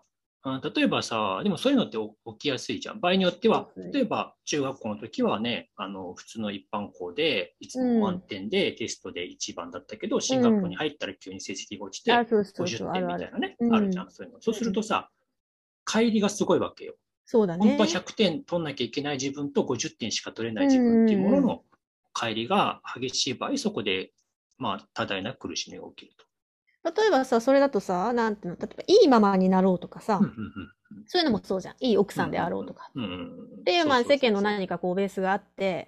S1: あ例えばさ、でもそういうのって起きやすいじゃん。場合によっては、
S2: そうですね。
S1: 例えば中学校の時はね、あの普通の一般校でいつも満
S2: うん。
S1: 点でテストでいちばんだったけど、
S2: う
S1: 進学校に
S2: ん。
S1: 入ったら急に成績が落ち
S2: あ、
S1: て
S2: そうそう
S1: 50
S2: そう、あるある。
S1: 点みたいなね、
S2: うん。
S1: あるじゃん、そういうの。そうす
S2: うん。
S1: るとさ、乖離がすごいわけよ。
S2: そうだ
S1: 本当は
S2: ね。
S1: ひゃくてん取んなきゃいけない自分とごじゅってんしか取れな
S2: う
S1: い自分っていうもの
S2: んうんうん。
S1: の乖離が激しい場合、そこで、まあ、多大な苦しみが起きると。
S2: 例えばさ、それだとさ、なんていうの、例えばいいママになろうとかさ、
S1: うんうん
S2: そういうのもそうじゃん。いい奥
S1: うん
S2: さんであろうとか。
S1: うんうんうんうん
S2: っていう、
S1: そう
S2: まあ世間の
S1: そうそうそ
S2: 何かこうベースがあって、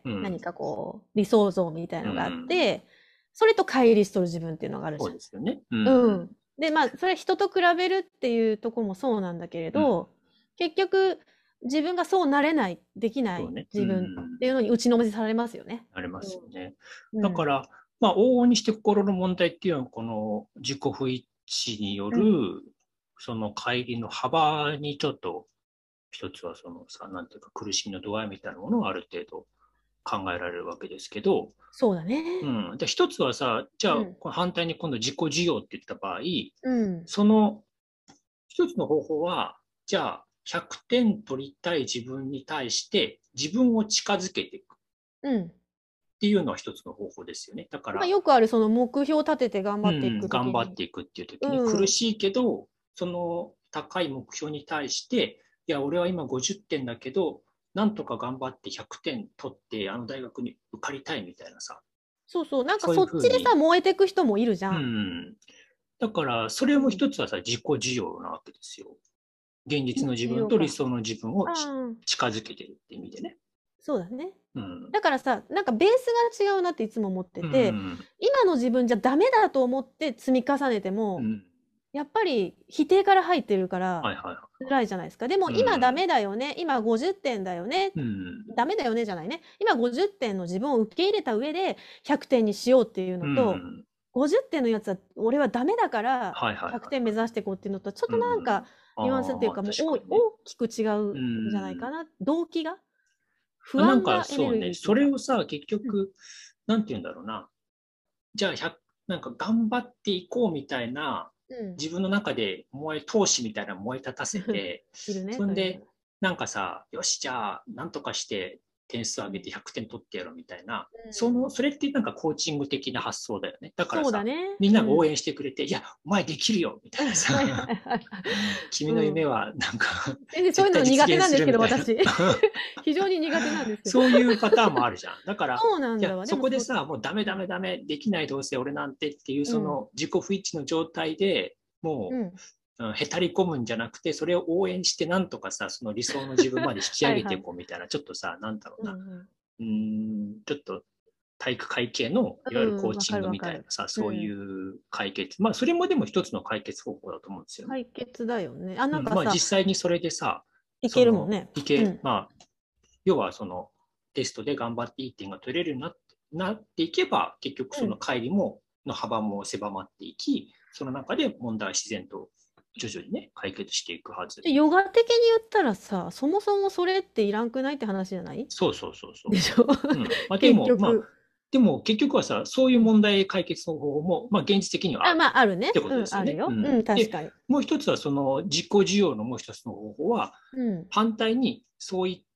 S1: う。うん。
S2: 何かこう理想像みたい
S1: う
S2: のがあっ
S1: ん。
S2: て、それと乖離しとる自分っていうのがあるじ
S1: そうですよね。う
S2: ゃん。う
S1: ん。
S2: ん。で、まあそれ人と比べるっていうとこもそうなんだけれ
S1: うん。
S2: ど、結局自分がそうなれない、できない
S1: そうね。う
S2: 自分っていう
S1: ん。
S2: のに打ちのめされますよね。
S1: ありますよね。
S2: うん。
S1: だから、まあ、往々にして心の問題っていうのは、この自己不一致による、
S2: うん。
S1: その乖離の幅にちょっと、一つはそのさ、なんていうか苦しみの度合いみたいなものがある程度考えられるわけですけど、
S2: そうだね。
S1: うん。で、一つはさ、じゃあ、
S2: うん。
S1: この反対に今度自己需要って言った場合、
S2: うん。
S1: その一つの方法は、じゃあ、ひゃくてん取りたい自分に対して自分を近づけていくっ
S2: うん。
S1: ていうのは一つの方法ですよね。だか
S2: まあ、
S1: ら、
S2: よくあるその目標を立てて頑張ってい
S1: うん、
S2: くときに。
S1: 頑張っていくっていう時に
S2: うん。
S1: 苦しいけど、その高い目標に対して、いや、俺は今ごじゅってんだけど、なんとか頑張ってひゃくてん取って、あの大学に受かりたいみたいなさ、
S2: そうそう。なんか
S1: そういう
S2: そっちでさ、
S1: ふうに、
S2: 燃えてく人もいるじゃ
S1: う
S2: ん。
S1: ん。だから、それも
S2: うん。
S1: 一つはさ、自己需要なわけですよ。現実の自分と理
S2: 需要か。
S1: 想の自分を
S2: あ
S1: ち
S2: あ、
S1: 近づけてるって意味でね。
S2: そうだね。
S1: うん。
S2: だからさ、なんかベースが違うなっていつも思って
S1: う
S2: て、
S1: ん。
S2: 今の自分じゃダメだと思って積み重ねても、
S1: うん。
S2: やっぱり否定から入ってるから
S1: はいはいは
S2: 辛いじゃないですか。でも
S1: い。う
S2: 今ダ
S1: ん。
S2: メだよね、今ごじゅってんだよね、
S1: うん。
S2: ダメだよねじゃないね。今ごじゅってんの自分を受け入れた上でひゃくてんにしようっていう
S1: う
S2: のと、
S1: ん。
S2: ごじゅってんのやつは俺はダメだから
S1: はいはい
S2: ひゃく
S1: はいはい。
S2: てん目指していこうっていうのと、ちょっ
S1: う
S2: となんか
S1: ん。ああ、
S2: ニュアンスっていう
S1: まあ
S2: かもう大
S1: 確かにね。
S2: 大きく違
S1: う
S2: うんじゃないか
S1: ん。
S2: な。動機が不
S1: なんか
S2: 安がエネル
S1: そうね、そ
S2: ギーっていうか。
S1: れをさ、結
S2: うん。
S1: 局、なんて言うんだろうな。じゃあひゃく、なんか頑張っていこうみたいな、
S2: うん。
S1: 自分の中で燃え、闘志みたいなの燃え立たせて、
S2: いるね、
S1: そんで、
S2: そういう人。
S1: なんかさ、よし、じゃあ、なんとかして点数
S2: うん。
S1: 上げてひゃくてん取ってやろうみたいな、そ
S2: うん。
S1: の、それってなんかコーチング的な発想だよね。だからさ、
S2: そうだね。
S1: みんなが応
S2: うん。
S1: 援してくれて、いや、お前できるよみたいな
S2: はいは
S1: さ、
S2: いはい。
S1: 君の
S2: うん。
S1: 夢はなんか
S2: 全然そういうの
S1: 絶対実現
S2: 苦手なんですけど、
S1: するみたいな。
S2: 私。非常に苦手なんですよ。
S1: そういうパターンもあるじゃん。だから、
S2: そうなん
S1: いや、
S2: だわ。でもそう、
S1: そこでさ、もうダメ
S2: うん。
S1: ダメダメ、できないどうせ俺なんてっていう、
S2: うん。
S1: その自己不一致の状態でも
S2: うん。
S1: う、うんへたり込むんじゃなくて、それを応援して、なんとかさ、その理想の自分まで引き上げてい
S2: はいはい。
S1: こうみたいな、ちょっとさ、なんだろうな、
S2: うんうん。
S1: うーん、ちょっと体育会系の、いわゆるコ
S2: うん、わ
S1: ーチング
S2: かるわかる。
S1: みたいなさ、そうい
S2: うん。
S1: う解決。まあ、それもでも一つの解決方法だと思うんですよね。
S2: 解決だよね。あ、
S1: うん、まあ、
S2: なんかさ、
S1: 実際にそれでさ、
S2: い
S1: その、
S2: けるもんね。
S1: いけ、
S2: うん。
S1: まあ、要はそのテストで頑張っていい点が取れるようになってなっていけば、結局その
S2: うん。
S1: 乖離も、の幅も狭まっていき、その中で問題は自然と徐々にね、解決していくはず。
S2: で、ヨガ的に言ったらさ、そもそもそれっていらんくないって話じゃない？
S1: そうそうそうそう。
S2: でしょ？
S1: うん。まあでも、まあ、
S2: 結局。
S1: でも結局はさ、そういう問題解決の方法も、まあ現実的にはあ
S2: あ、
S1: る
S2: まあ、あるね。
S1: ってこと
S2: うん、
S1: ですよね。う
S2: あるよ。う
S1: ん。
S2: ん、確
S1: で、
S2: かに。
S1: もう一つはその自己需要のもう一つの方法は、
S2: うん。
S1: 反対にそういった、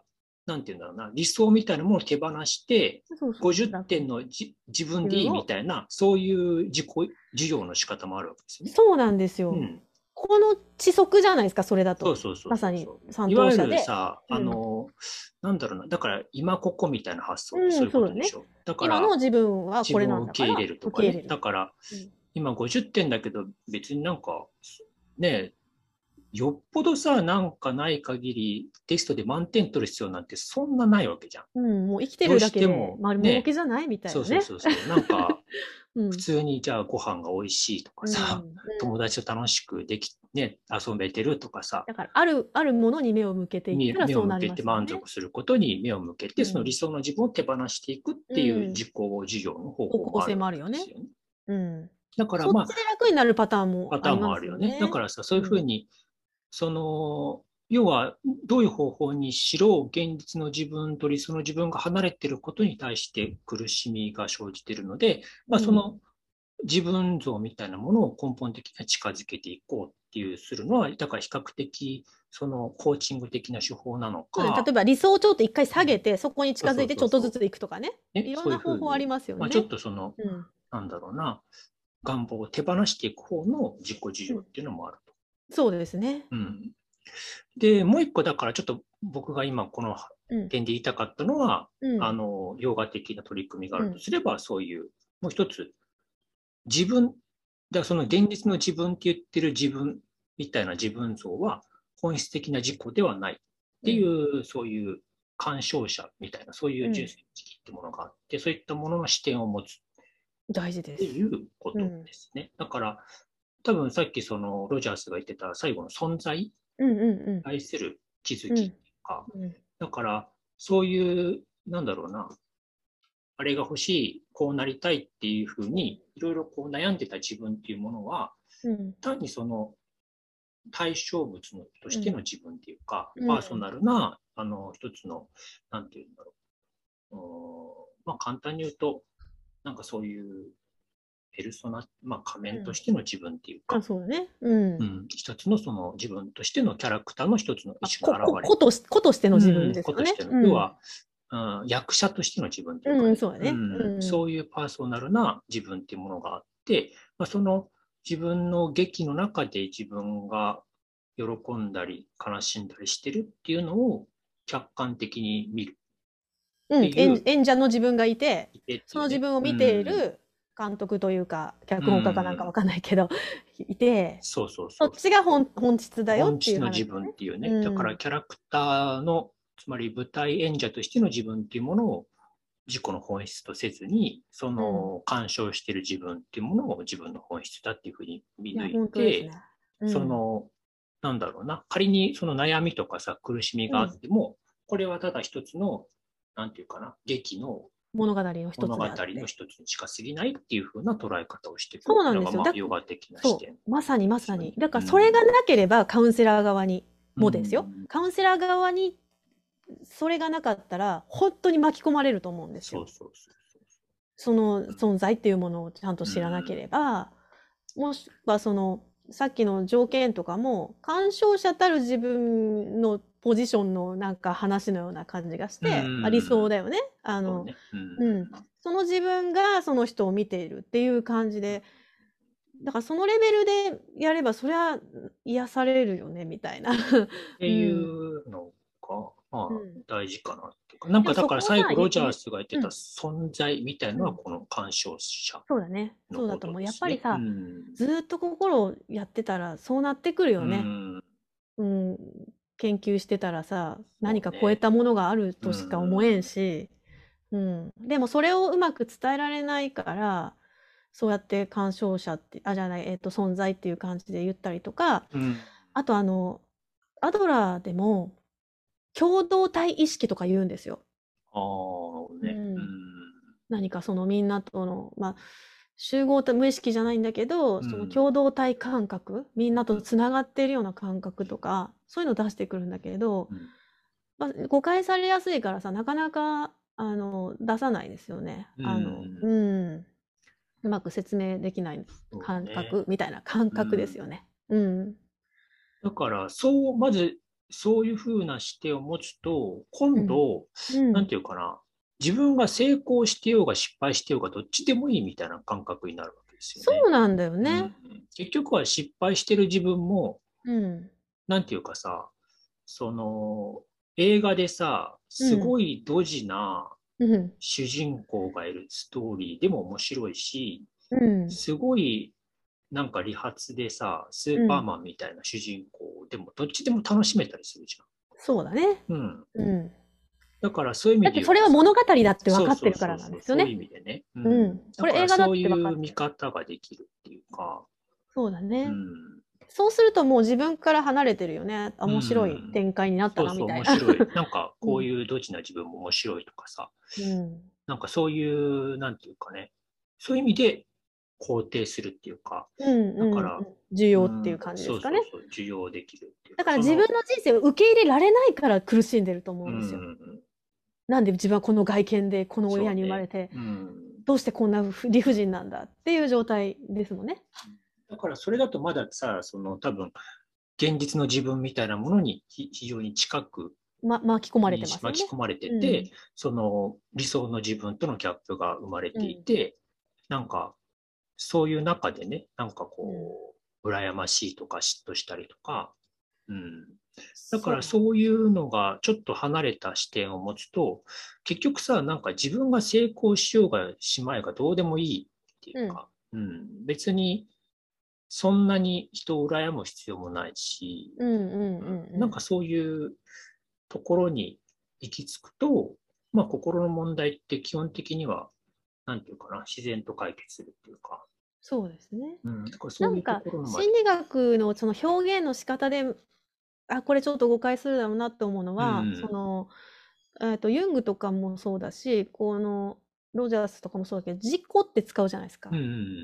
S1: なんていうんだろうな、理想みたいなものを手放して、
S2: そうそうそう、
S1: 50
S2: 楽に。
S1: 点のじ自分でいい
S2: 自分を
S1: みたいな、そういう自己需要の仕方もあるわけですよね。
S2: そうなんですよ。
S1: うん。
S2: この窒息じゃないですか、それだと。
S1: そうそうそう
S2: まさに
S1: そうそう。
S2: 三
S1: いわゆ
S2: 等車で。
S1: るさ、あ
S2: うん。
S1: の、なんだろうな、だから今ここみたいな発想って
S2: うん、
S1: そういう
S2: そうだね。
S1: ことでしょ。だから、
S2: 今の自分はこれ
S1: 自分を
S2: なんだから、
S1: 受け入れるとかね。
S2: 受け入れる。
S1: だから、
S2: うん。
S1: 今ごじゅってんだけど、別になんか、ね、よっぽどさ、なんかない限り、テストで満点取る必要なんてそんなないわけじゃん。
S2: うん、もう生きて
S1: どう
S2: るだけで
S1: しても、
S2: 丸儲け
S1: ね、
S2: じゃないみたい
S1: そうそう
S2: なね。
S1: そうそう、なんか、
S2: うん。
S1: 普通にじゃあご飯が美味しいとか
S2: うん、
S1: さ、
S2: うん。
S1: 友達と楽しくでき、ね、遊べてるとかさ、
S2: だから、あるあるものに目を向けていったら
S1: 目を向
S2: そうなり
S1: けて満
S2: ますよね。
S1: 足することに目を向けて、その理
S2: うん。
S1: 想の自分を手放していくっていう
S2: うん。
S1: 自己需要の方
S2: 方向
S1: 法もあるわ
S2: 性もあるよね。
S1: けですよね。
S2: うん。
S1: だからまあ、
S2: そっちで楽になるパターンも
S1: パターンも
S2: あります
S1: あるよね。だか
S2: よね。
S1: らさ、そういうふう
S2: うん。
S1: に、その、要は、どういう方法にしろ、現実の自分と理想の自分が離れていることに対して苦しみが生じているので、まあ、そ
S2: うん。
S1: の自分像みたいなものを根本的に近づけていこうっっていうするのは、だから比較的、そのコーチング的な手法なの
S2: そうね、
S1: か、
S2: 例えば理想をちょっと一回下げて、そこに近づいてちょっとず
S1: そうそうそうそ
S2: ついくとかね。
S1: う、ね、
S2: いろん
S1: そういうふう
S2: な方法あり
S1: に、
S2: ますよ
S1: まあ、ちょっ
S2: ね。
S1: とその、
S2: うん。
S1: なんだろうな、願望を手放していく方の自己需
S2: うん。
S1: 要っていうのもあると。
S2: そうですね。
S1: うん、で、もう一個、だからちょっと僕が今この
S2: うん。
S1: 点で言いたかったのは、
S2: うん。
S1: あの、ヨガ的な取り組みがあ
S2: うん。
S1: るとすれば、そういう、もう一つ、自分、だからその現実の自分って言ってる自分みたいな自分像は本質的な自己ではないっていう、うん、そういう鑑賞者みたいな、そういう純粋な時期ってものがあって、うん、そういったものの視点を持つ
S2: 大事です。
S1: っていうことですね。うん、だから、多分さっきそのロジャースが言ってた最後の存在に対する気づきっていうか、うんうん、だからそういう、なんだろうな、あれが欲しい、こうなりたいっていうふうに、いろいろこう悩んでた自分っていうものは、うん、単にその対象物のとしての自分っていうか、うん、パーソナルな、あの、一つの、なんていうんだろう。まあ、簡単に言うと、なんかそういうペルソナ、まあ、仮面としての自分っていうか、
S2: うん、そうね。うん。
S1: うん、一つのその自分としてのキャラクターの一つの一種の表れ。
S2: 個とし、個としての自分ですよね。
S1: 個としての。要は、うん、役者としての自分というか、ね、
S2: うん、そうね、
S1: うん、そういうパーソナルな自分っていうものがあって、まあ、その自分の劇の中で自分が喜んだり悲しんだりしてるっていうのを客観的に見る。
S2: うん、演, 演者の自分がいて、いてね、その自分を見ている監督というか、うん、脚本家かなんかわかんないけど、うん、いて、
S1: そうそうそう、
S2: そっちが 本, 本質だよっていう話、ね、
S1: 本質の自分っていうね、うん、だからキャラクターの、つまり舞台演者としての自分っていうものを自己の本質とせずに、その鑑賞している自分っていうものを自分の本質だっていうふうに見抜いて、ね、うん、その、なんだろうな、仮にその悩みとかさ、苦しみがあっても、うん、これはただ一つの、なんていうかな、劇の
S2: 物語の一つで
S1: 物語の一つにしか過ぎないっていうふうな捉え方をしていく。
S2: そうなんですよ。
S1: まあ、ヨガ的な視点、
S2: そう、まさにまさに。だからそれがなければ、カウンセラー側にもですよ。うん、カウンセラー側にそれがなかったら本当に巻き込まれると思うんですよ。そうそうそうそう、その存在っていうものをちゃんと知らなければ、うん、もしくはそのさっきの条件とかも鑑賞者たる自分のポジションのなんか話のような感じがして、うん、まあ、理想だよね。あの、ね、うんうん、その自分がその人を見ているっていう感じで、だからそのレベルでやればそりゃ癒されるよねみたいな
S1: っていうのが、まあ、大事かなっていうか、なんかだから最後ロジャースが言ってた存在みたいなのはこの鑑賞者、
S2: うん、そうだね。そうだと思う。やっぱりさ、うん、ずっと心をやってたらそうなってくるよね。うん、うん、研究してたらさ、何か超えたものがあるとしか思えんし、うん、でもそれをうまく伝えられないから、そうやって鑑賞者って、あ、じゃない、えっと、存在っていう感じで言ったりとか、うん、あとあの、アドラーでも、共同体意識とか言うんですよ。
S1: ああ、ね、うん。
S2: 何かそのみんなとの、まあ、集合体無意識じゃないんだけど、うん、その共同体感覚、みんなとつながっているような感覚とか、そういうのを出してくるんだけれど、うん、まあ、誤解されやすいからさ、なかなかあの出さないですよね。うん、あの、うん。うまく説明できない感覚、ね、みたいな感覚ですよね。うん。うん、
S1: だから、そう、まず、そういうふうな視点を持つと、今度、うんうん、なんていうかな、自分が成功してようが失敗してようがどっちでもいいみたいな感覚になるわけですよね。
S2: そうなんだよね。
S1: うん、結局は失敗してる自分も、うん、なんていうかさ、その、映画でさ、すごいドジな主人公がいるストーリーでも面白いし、うん、すごいなんか理髪でさ、スーパーマンみたいな主人公でもどっちでも楽しめたりするじゃん。
S2: そうだね。
S1: うん。うん、だからそういう意味で
S2: 言うと。だってそれは物語だって分かってるからなんですよね。
S1: そういう意味でね。うん。うん、これ映画だって分かってる。そういう見方ができるっていうか。
S2: そうだね。うん、そうするともう自分から離れてるよね。面白い展開になったなみたいな。
S1: うん、そうそう面白い。なんかこういうドジな自分も面白いとかさ。うん、なんかそういう、なんていうかね。そういう意味で肯定するっていうか。
S2: うんうん、だから、需要っていう感じですかね。
S1: うん、そうそうそう、需要できるっていうか。
S2: だから自分の人生を受け入れられないから苦しんでると思うんですよ。うんうん、なんで自分はこの外見でこの親に生まれて、ね、うん、どうしてこんな理不尽なんだっていう状態ですもんね。
S1: だからそれだとまださ、その多分、現実の自分みたいなものに非常に近く
S2: ま、巻き込まれてますよね。
S1: 巻き込まれて
S2: うん。
S1: て、その理想の自分とのギャップが生まれ
S2: う
S1: てい
S2: ん。
S1: て、なんか、そういう中でね、なんか
S2: うん。
S1: こう、羨ましいとか嫉妬したりとか、うん。だか
S2: そうなんです
S1: らそうい
S2: よ。
S1: うのがちょっと離れた視点を持つと、結局さ、なんか自分が成功しようがしまいがどうでもいいっていう
S2: うん。
S1: か、うん、別にそんなに人を羨む必要もないし、
S2: うんうんう
S1: うん、なんか
S2: んうん。
S1: そういうところに行き着くと、まあ心の問題って基本的には、なんていうかな、自然と解決するっていうか、
S2: そうですね。
S1: うん、だからそういうと
S2: なんか、
S1: ころまで、
S2: 心理学のその表現の仕方で、あ、これちょっと誤解するだろうなって思うの
S1: う
S2: は、そ
S1: ん、
S2: の、えっと、ユングとかもそうだし、この、ロジャースとかもそうだけど、自己って使うじゃないです
S1: うん、
S2: か。
S1: うん、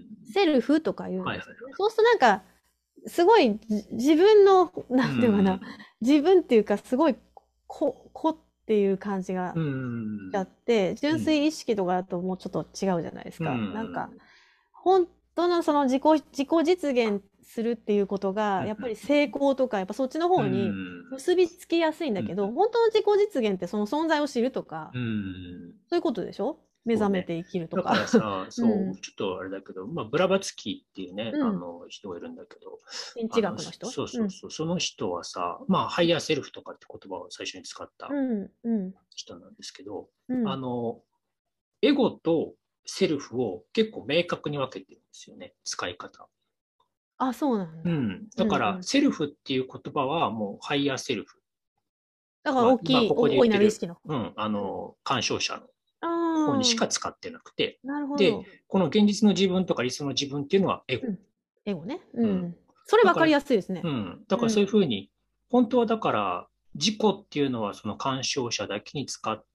S2: セルフとか言うん
S1: はいはいはい。
S2: ですよね。そうするとなんか、すごいじ自分の、
S1: う
S2: なんていうかな、
S1: ん、
S2: 自分っていうか、すごい、こ、こっていう感じが
S1: う
S2: しちゃ
S1: ん、
S2: って、
S1: うん、
S2: 純粋意識とかだともうちょっと違うじゃないです
S1: う
S2: か。なんか、
S1: ん、
S2: 本当のその自己、自己実現するっていうことが、
S1: うん、
S2: やっぱり成功とか、やっぱそっちの
S1: う
S2: 方に
S1: ん、
S2: 結びつきやすいん
S1: うん、
S2: だけど、本当の自己実現ってその存在を知るとか、
S1: うん、
S2: そういうことでしょ？目
S1: そうね。
S2: 覚めて生きると
S1: だか
S2: か。
S1: らさ、
S2: う
S1: そう、
S2: ん。
S1: ちょっとあれだけど、まあ、ブラバツキーっていうね、
S2: うん。
S1: あの、人がいるんだけど、
S2: 認知
S1: あの、
S2: 学の人？うん。
S1: そうそうそう、その人はさ、まあ、ハイヤーセルフとかって言葉を最初に使った
S2: うん。うん。
S1: 人なんですけど、
S2: うん。
S1: あの、エゴとセルフを結構明確に分けてるんですよね、使い方。
S2: あ、そうなんだ。
S1: うん。だから、
S2: うんうん。
S1: セルフっていう言葉はもうハイヤーセルフ。
S2: だから
S1: まあ、
S2: 大きい、
S1: 今ここで
S2: お大い
S1: 言ってる、
S2: なる意識の方。
S1: うん、あ
S2: うん。
S1: の、鑑賞者の
S2: あ
S1: 方にしか
S2: あ、
S1: 使ってなくて、
S2: なるほ
S1: で、
S2: ど。
S1: この現実の自分とか理想の自分っていうのはエゴ。
S2: うん。エゴね。う
S1: うん。
S2: ん。それ分かり
S1: だから、
S2: やすいですね。
S1: うん。だから
S2: うん。
S1: そういうふうに、本当はだから、自己っていうのはその鑑賞者だけに使って、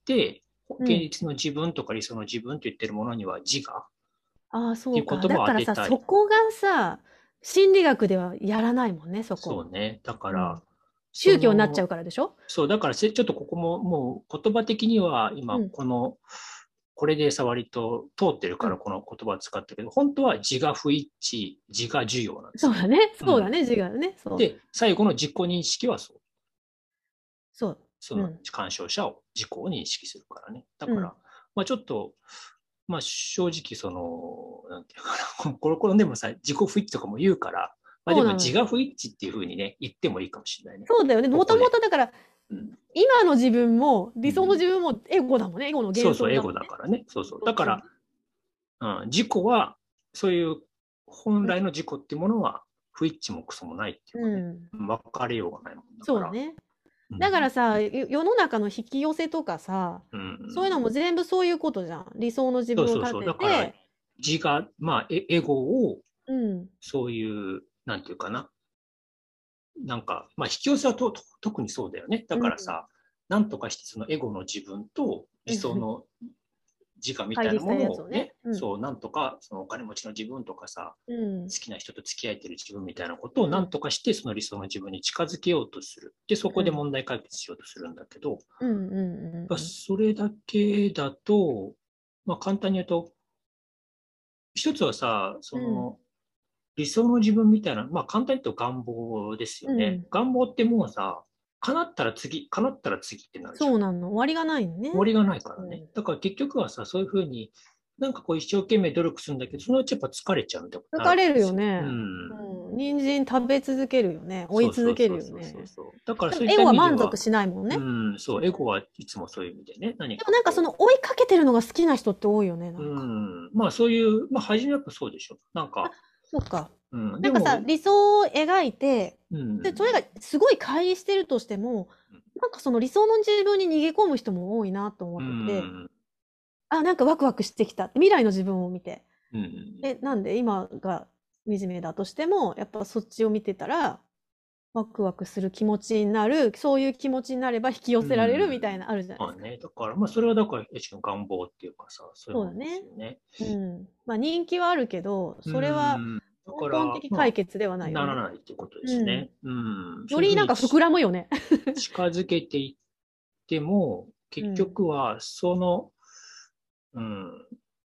S2: うん。
S1: 現実の自分とか理想の自分と言ってるものには自我っ
S2: ああ、そうか。
S1: ていう言葉を当
S2: だからさ、
S1: てたい。
S2: そこがさ、心理学ではやらないもんね、そこ。
S1: そうね。だか
S2: うん。
S1: ら、そ
S2: 宗教になっちゃ
S1: の、
S2: うからでしょ？
S1: そう、だからせちょっとここももう言葉的には今
S2: うん。
S1: この、これでさ割と通ってる
S2: うん。
S1: からこの言葉を使ったけど、本当は自我不一致、自我受容なんですよね。
S2: そうだね。
S1: うん。
S2: そうだね、自我ね。そう。
S1: で、最後の自己認識はそう。
S2: そう。
S1: その
S2: うん。
S1: 鑑賞者を自己を認識するからね。だ
S2: うん。
S1: から、まあちょっと、まあ正直その、なんていうかな、これ、これでもさ、自己不一致とかも言うから、まあでも
S2: そうなのよ。
S1: 自我不一致っていうふうにね、言ってもいいかもしれないね。
S2: そうだよね。もとも
S1: ここで。
S2: とだから、
S1: うん。
S2: 今の自分も、理想の
S1: うん、
S2: 自分もエゴだもんね。エゴの幻
S1: そうそう、エゴ
S2: 想だもんね。
S1: だからね。そうそう。
S2: どっちも。
S1: だから、うん、自己は、そういう本
S2: うん。
S1: 来の自己っていうものは、不一致もクソもないっていう
S2: う
S1: かね、
S2: ん。
S1: 分かれようがないもんだから。
S2: そうだね。
S1: うん。
S2: だからさ、よ世の中の引き寄せとかさ、
S1: う
S2: そういうの
S1: ん、
S2: も全部そういうことじゃん。理想の自分を立
S1: そうそうそう。だから、
S2: てて、
S1: 自我、まあ、エエゴを、
S2: うん。
S1: そういう、なんていうかな。なんか、まあ、引き寄せはとと特にそうだよね。だ
S2: うん。
S1: からさ、なんとかしてそのエゴの自分と理
S2: うん。
S1: 想の自我みたいな
S2: 乖離した
S1: もの
S2: やつをね。
S1: をね、
S2: うん。
S1: そう、なんとか、そのお金持ちの自分とかさ、
S2: うん。
S1: 好きな人と付き合えてる自分みたいなことを
S2: うん。
S1: 何とかしてその理想の自分に近づけようとする。で、そこで
S2: うん。
S1: 問題解決しようとするんだけど、
S2: うんうんうんうん。
S1: それだけだと、まあ簡単に言うと、一つはさ、そ
S2: うん。
S1: の理想の自分みたいな、まあ簡単に言うと願望ですよね。
S2: うん。
S1: 願望ってもうさ、叶ったら次、叶ったら次ってなるじゃん。
S2: そうなの。終わりがないのね。
S1: 終わりがないからね。
S2: うん。
S1: だから結局はさ、そういうふうに、なんかこう一生懸命努力するんだけど、そのうちやっぱ疲れちゃうみたいなことになる
S2: 疲れる
S1: わけですよ。う
S2: よね。
S1: ん。
S2: うん。人参食べ続けるよね。追
S1: そうそ
S2: い続ける
S1: うそうそうそう
S2: よね。
S1: そう。だから
S2: でも、
S1: そういった意
S2: エゴは
S1: 味では、
S2: 満足しないもんね。
S1: うん、そう、エゴはいつもそういう意味でね、何
S2: でもなんかそ
S1: かこ
S2: の追いかけてるのが好きな人って多いよね、な
S1: う、う
S2: んか。
S1: ん、まあそういう、まあ初めはやっぱそうでしょ。なん
S2: あ、
S1: か、
S2: そっか。
S1: うん、でも、
S2: なんかさ、理想を描いて、
S1: う
S2: で、それ
S1: ん、
S2: がすごい乖離してるとしても、なんかその理想の自分に逃げ込む人も多いなと思
S1: う
S2: ってて、
S1: ん、
S2: あ、なんかワクワクしてきた。未来の自分を見て。
S1: うん、
S2: え、なんで今が惨めだとしても、やっぱそっちを見てたら、ワクワクする気持ちになる、そういう気持ちになれば引き寄
S1: う
S2: せられるみたい
S1: ん。
S2: なあるじゃないですか。
S1: まあね、だから、まあそれはだから、一種の願望っていうかさ、そういうもんです
S2: そうだね。
S1: よね。
S2: うん。まあ人気はあるけど、
S1: う
S2: それは
S1: ん、だか
S2: 根本
S1: ら、
S2: 的解
S1: ま
S2: 決では
S1: あ、
S2: ないよね。
S1: ならないっていうことで
S2: うん。
S1: すね。うん、そういうふう
S2: よりなんか膨
S1: にち
S2: らむよね。
S1: 近づけていっても、結
S2: うん。
S1: 局は、その、うん。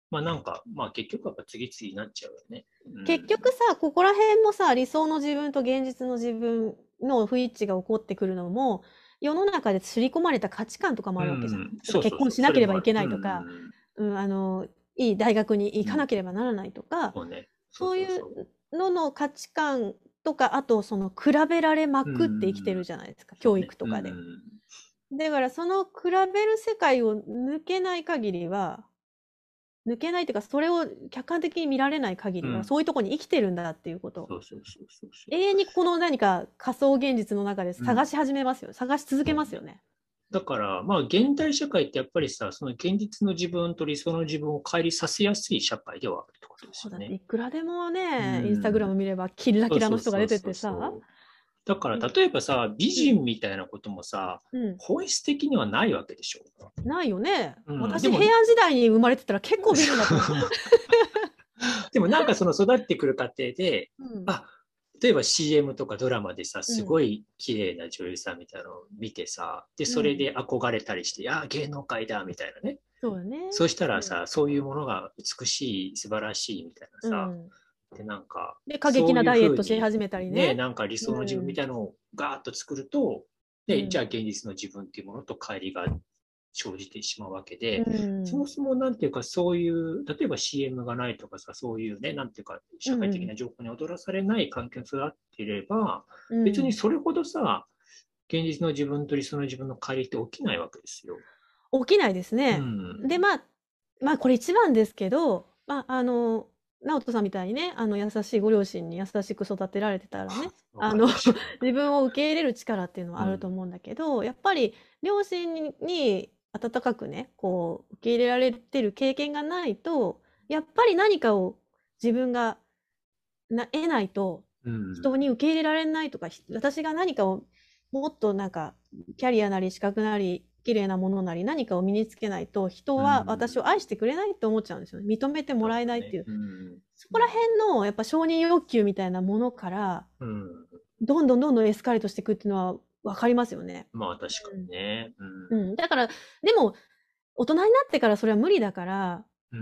S1: まあなんか、まあ結局やっぱ次々になっちゃうよね。うん
S2: 結局さ、ここら辺もさ、理想の自分と現実の自分の不一致が起こってくるのも、世の中で刷り込まれた価値観とかもあるわけじゃん。
S1: うん、
S2: 例えば
S1: そうそうそう、
S2: 結婚しな
S1: それもある。
S2: ければいけな
S1: うん、
S2: いとか、
S1: うん、
S2: うん、あの、いい大学に行
S1: うん、
S2: かなければならないとか、
S1: そうね。そう
S2: そうい
S1: そうそう。
S2: うのの価値観とか、あとその比べられま
S1: う
S2: くって生きて
S1: ん、
S2: るじゃないですか、教
S1: そうね。う
S2: 育とかで。
S1: ん、
S2: だからその比べる世界を抜けない限りは、抜けないっていうか、それを客観的に見られない限りは、
S1: うん、
S2: そういうとこに生きてるんだっていうことを、
S1: そうそうそうそうそう。
S2: 永遠にこの何か仮想現実の中で
S1: うん、
S2: 探し始めますよ。探し続けます
S1: そうね。
S2: よね。
S1: だから、まあ、現代社会ってやっぱりさ、その現実の自分と理想の自分を乖離させやすい社会ではあるってことです
S2: そうだって
S1: よね。
S2: いくらでも
S1: う
S2: ね、インスタグラム
S1: ん。
S2: 見ればキラ
S1: そう
S2: キラの
S1: そうそう
S2: 人が出て
S1: そうそ
S2: てさ、
S1: う。だから、
S2: ね、
S1: 例えばさ、美
S2: うん、
S1: 人みたいなこともさ、
S2: うん、
S1: 本質的にはないわけでしょ。
S2: ないよね。
S1: うん。で
S2: 私、
S1: も、
S2: 平安時代に生まれてたら結構美人だと思う。
S1: でもなんかその育ってくる過程で、
S2: うん、
S1: あ、例えば シーエム とかドラマでさ、
S2: うん、
S1: すごい綺麗な女優さんみたいなのを見てさ、で、それ
S2: うん、
S1: で憧れたりして、あ、芸能界だ、みたいなね。
S2: そうだね。
S1: そうした
S2: うん、
S1: らさ、そういうものが美しい、素晴らしいみたいなさ、
S2: うん。
S1: で、なんか、
S2: で、過激
S1: そういう
S2: なダイエッ
S1: ふうに、
S2: トし始めたり
S1: ね、
S2: ね。
S1: なんか理想の自分み
S2: うん、
S1: たいなのをガーッと作ると、で、じゃあ
S2: うん、
S1: 現実の自分っていうものと乖離が生じてしまうわけ
S2: う
S1: で、そ
S2: ん、
S1: もそもなんていうかそういう、例えば シーエム がないとかさ、そういうね、なんていうか社会的
S2: うん、
S1: な情報に踊らされない環境に育っていれば、
S2: うん。
S1: 別にそれほどさ、現実の自分と理想の自分の乖離って起きないわけですよ。
S2: 起きないです
S1: う
S2: ね。で、
S1: ん。
S2: まあ、まあ、これ一番ですけど、まあ、あの、直人さんみたいにね、あの、優しいご両親に優しく育てられてたらね、あの、
S1: わかるでしょ。
S2: 自分を受け入れる力っていうのは
S1: うん。
S2: あると思うんだけど、やっぱり両親にに温かくね、こう、受け入れられてる経験がないと、やっぱり何かを自分がな得ないと、
S1: うん。
S2: 人に受け入れられないとか、ひ私が何かをもっとなんか、キャリアなり資格なり、綺麗なものなり、何かを身につけないと、人
S1: う
S2: は私を愛し
S1: ん。
S2: てくれないって思っちゃうんですよね。認めても
S1: なるほどね。
S2: らえないっていう。
S1: うん。
S2: そこら辺のやっぱ承認欲求みたいなものから、
S1: うん。
S2: どんどんどんどんエスカレートしていくっていうのは分かりますよね。
S1: まあ確かにね。う
S2: うん。う
S1: ん。
S2: ん。だから、でも、大人になってからそれは無理だから、
S1: うん。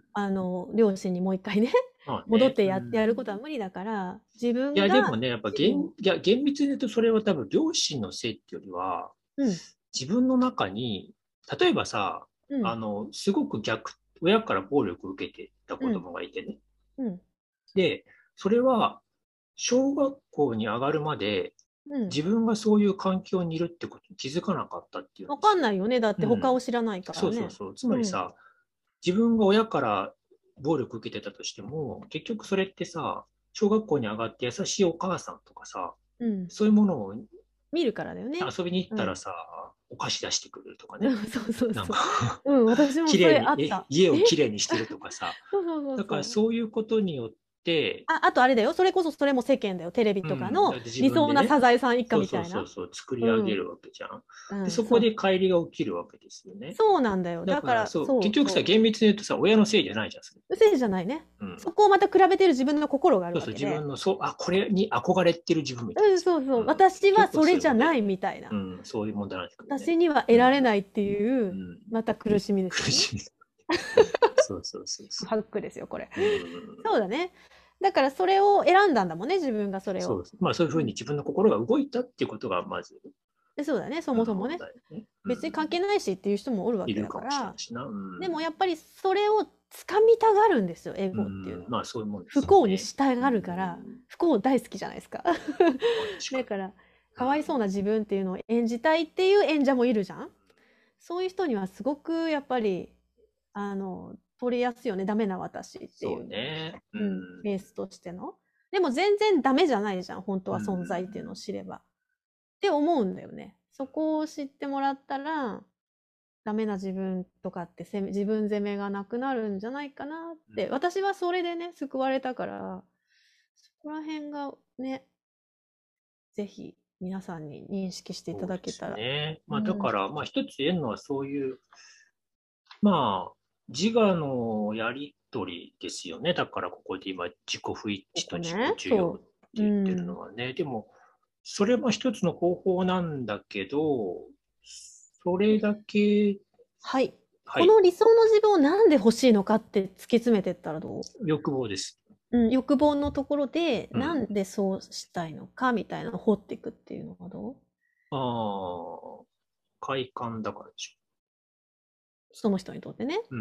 S2: あの、両親にもう一回ね、
S1: まあね。う
S2: 戻ってややることは
S1: ん。
S2: 無理だから、自
S1: いや、
S2: 分が
S1: でもね、やっぱ厳、
S2: 自分を、
S1: いや、厳密に言うとそれは多分両親のせいっていうよりは、
S2: うん、
S1: 自分の中に、例えばさ、
S2: うん、
S1: あの、すごく逆、親から暴力を受けてた子
S2: うん、
S1: 供がいてね。
S2: うん、
S1: で、それは、小学校に上がるまで、
S2: うん。
S1: 自分がそういう環境にいるってことに気づかなかったっていうん
S2: わ
S1: ですよ。
S2: かんないよね。だって
S1: うん。
S2: 他を知らないからね。
S1: そうそうそう。つ
S2: うん、
S1: まりさ、自分が親から暴力受けてたとしても、結局それってさ、小学校に上がって優しいお母さんとかさ、
S2: うん。
S1: そういうものを
S2: 見るからだよね。
S1: 遊びに行っ
S2: うん。
S1: たらさ、お菓子出してくるとかね。
S2: うん、そうそう
S1: なん
S2: そう。
S1: か
S2: うん、私もそれ
S1: 綺麗に、え、
S2: あった。
S1: 家を
S2: え
S1: 綺麗にしてるとかさ。
S2: そうそうそう
S1: だから
S2: そう。
S1: そういうことによって、
S2: あ、あとあれだよ。それこそそれも世間だよ。テレビ
S1: うん、だ
S2: とかの
S1: って自
S2: 理想な
S1: 分でね、
S2: サザエさん一家
S1: そうそう
S2: みたいな。
S1: そうそう、作り
S2: うん、
S1: 上げるわけじゃん。で、
S2: うん、
S1: そこ
S2: そう。
S1: で乖離が起きるわけですよね。
S2: そうなんだよ。
S1: だ
S2: だから、
S1: からそう、結局さ、
S2: そうそ
S1: 厳密に言うとさ、親のせいじゃないじゃん、それ。
S2: う。せいじゃないね。
S1: うん。
S2: そこをまた比べてる自分の心がある
S1: そうそう、
S2: わけで。
S1: 自分の、そう、あ、これに憧れてる自分みたいな
S2: うん、
S1: さ。
S2: そうそう。
S1: うん。
S2: 私は
S1: 結構
S2: それじゃない
S1: そういう問題だよね。
S2: みたいな。
S1: うん、そういう問題になってくるよね。
S2: 私には得られ
S1: うん。
S2: ないっていう、
S1: うん。
S2: また苦しみですよね。
S1: 苦しみ。そうそうそうそ
S2: ハックですよ、これ。
S1: う。うん。
S2: そうだね。だからそれを選んだんだもんね、自分がそれを。
S1: そうです。まあそういうふう
S2: うん。
S1: に自分の心が動いたっていうことがまず、
S2: で、そうだね、そ
S1: うん、
S2: もそもね。
S1: 問題ね。う
S2: 別に関係
S1: ん。
S2: ないしっていう人もおるわけだ
S1: いるかもしれな
S2: から、
S1: いしな。うん。
S2: でもやっぱりそれを掴みたがるんですよ、エ
S1: うん。
S2: ゴっていうのは。
S1: まあそういうもんで
S2: 不幸に
S1: すよね。
S2: した
S1: うん。
S2: がるから、不幸大好きじゃないですか。
S1: まあ確か
S2: だから、
S1: に。うん。
S2: かわいそうな自分っていうのを演じたいっていう演者もいるじゃん。そういう人にはすごくやっぱり、あの、取りやすいよね、ダメな私ってい
S1: そう
S2: う、
S1: ね。う
S2: うん、
S1: ん。
S2: ベースとしての。でも全然ダメじゃないじゃん、本当
S1: う
S2: は存在っていうのを
S1: ん。
S2: 知れば。って思うんだよね。そこを知ってもらったら、ダメな自分とかって責め自分責めがなくなるんじゃないかなっ
S1: うん。
S2: て、私はそれでね、救われたから、そこら辺がね、ぜひ皆さんに認識していた
S1: そうです
S2: だけたら。
S1: ね。まあだ
S2: うん。
S1: から、まあ一つ言えるのはそういう、まあ、自我のやりとりですよね。だからここで今、自己不一致と自己
S2: ここね、
S1: 受容って
S2: そう。う
S1: 言ってるの
S2: ん。
S1: はね。でも、それも一つの方法なんだけど、それだけ、
S2: はい。
S1: はい。
S2: この理想の自分をなんで欲しいのかって突き詰めてったらど
S1: 欲望です。
S2: う、うん、欲望のところで、
S1: うん。
S2: なんでそうしたいのかみたいなのを掘っていくっていうのがどう
S1: ああ、快感だからでし
S2: その人にとってね。
S1: ょ。うん。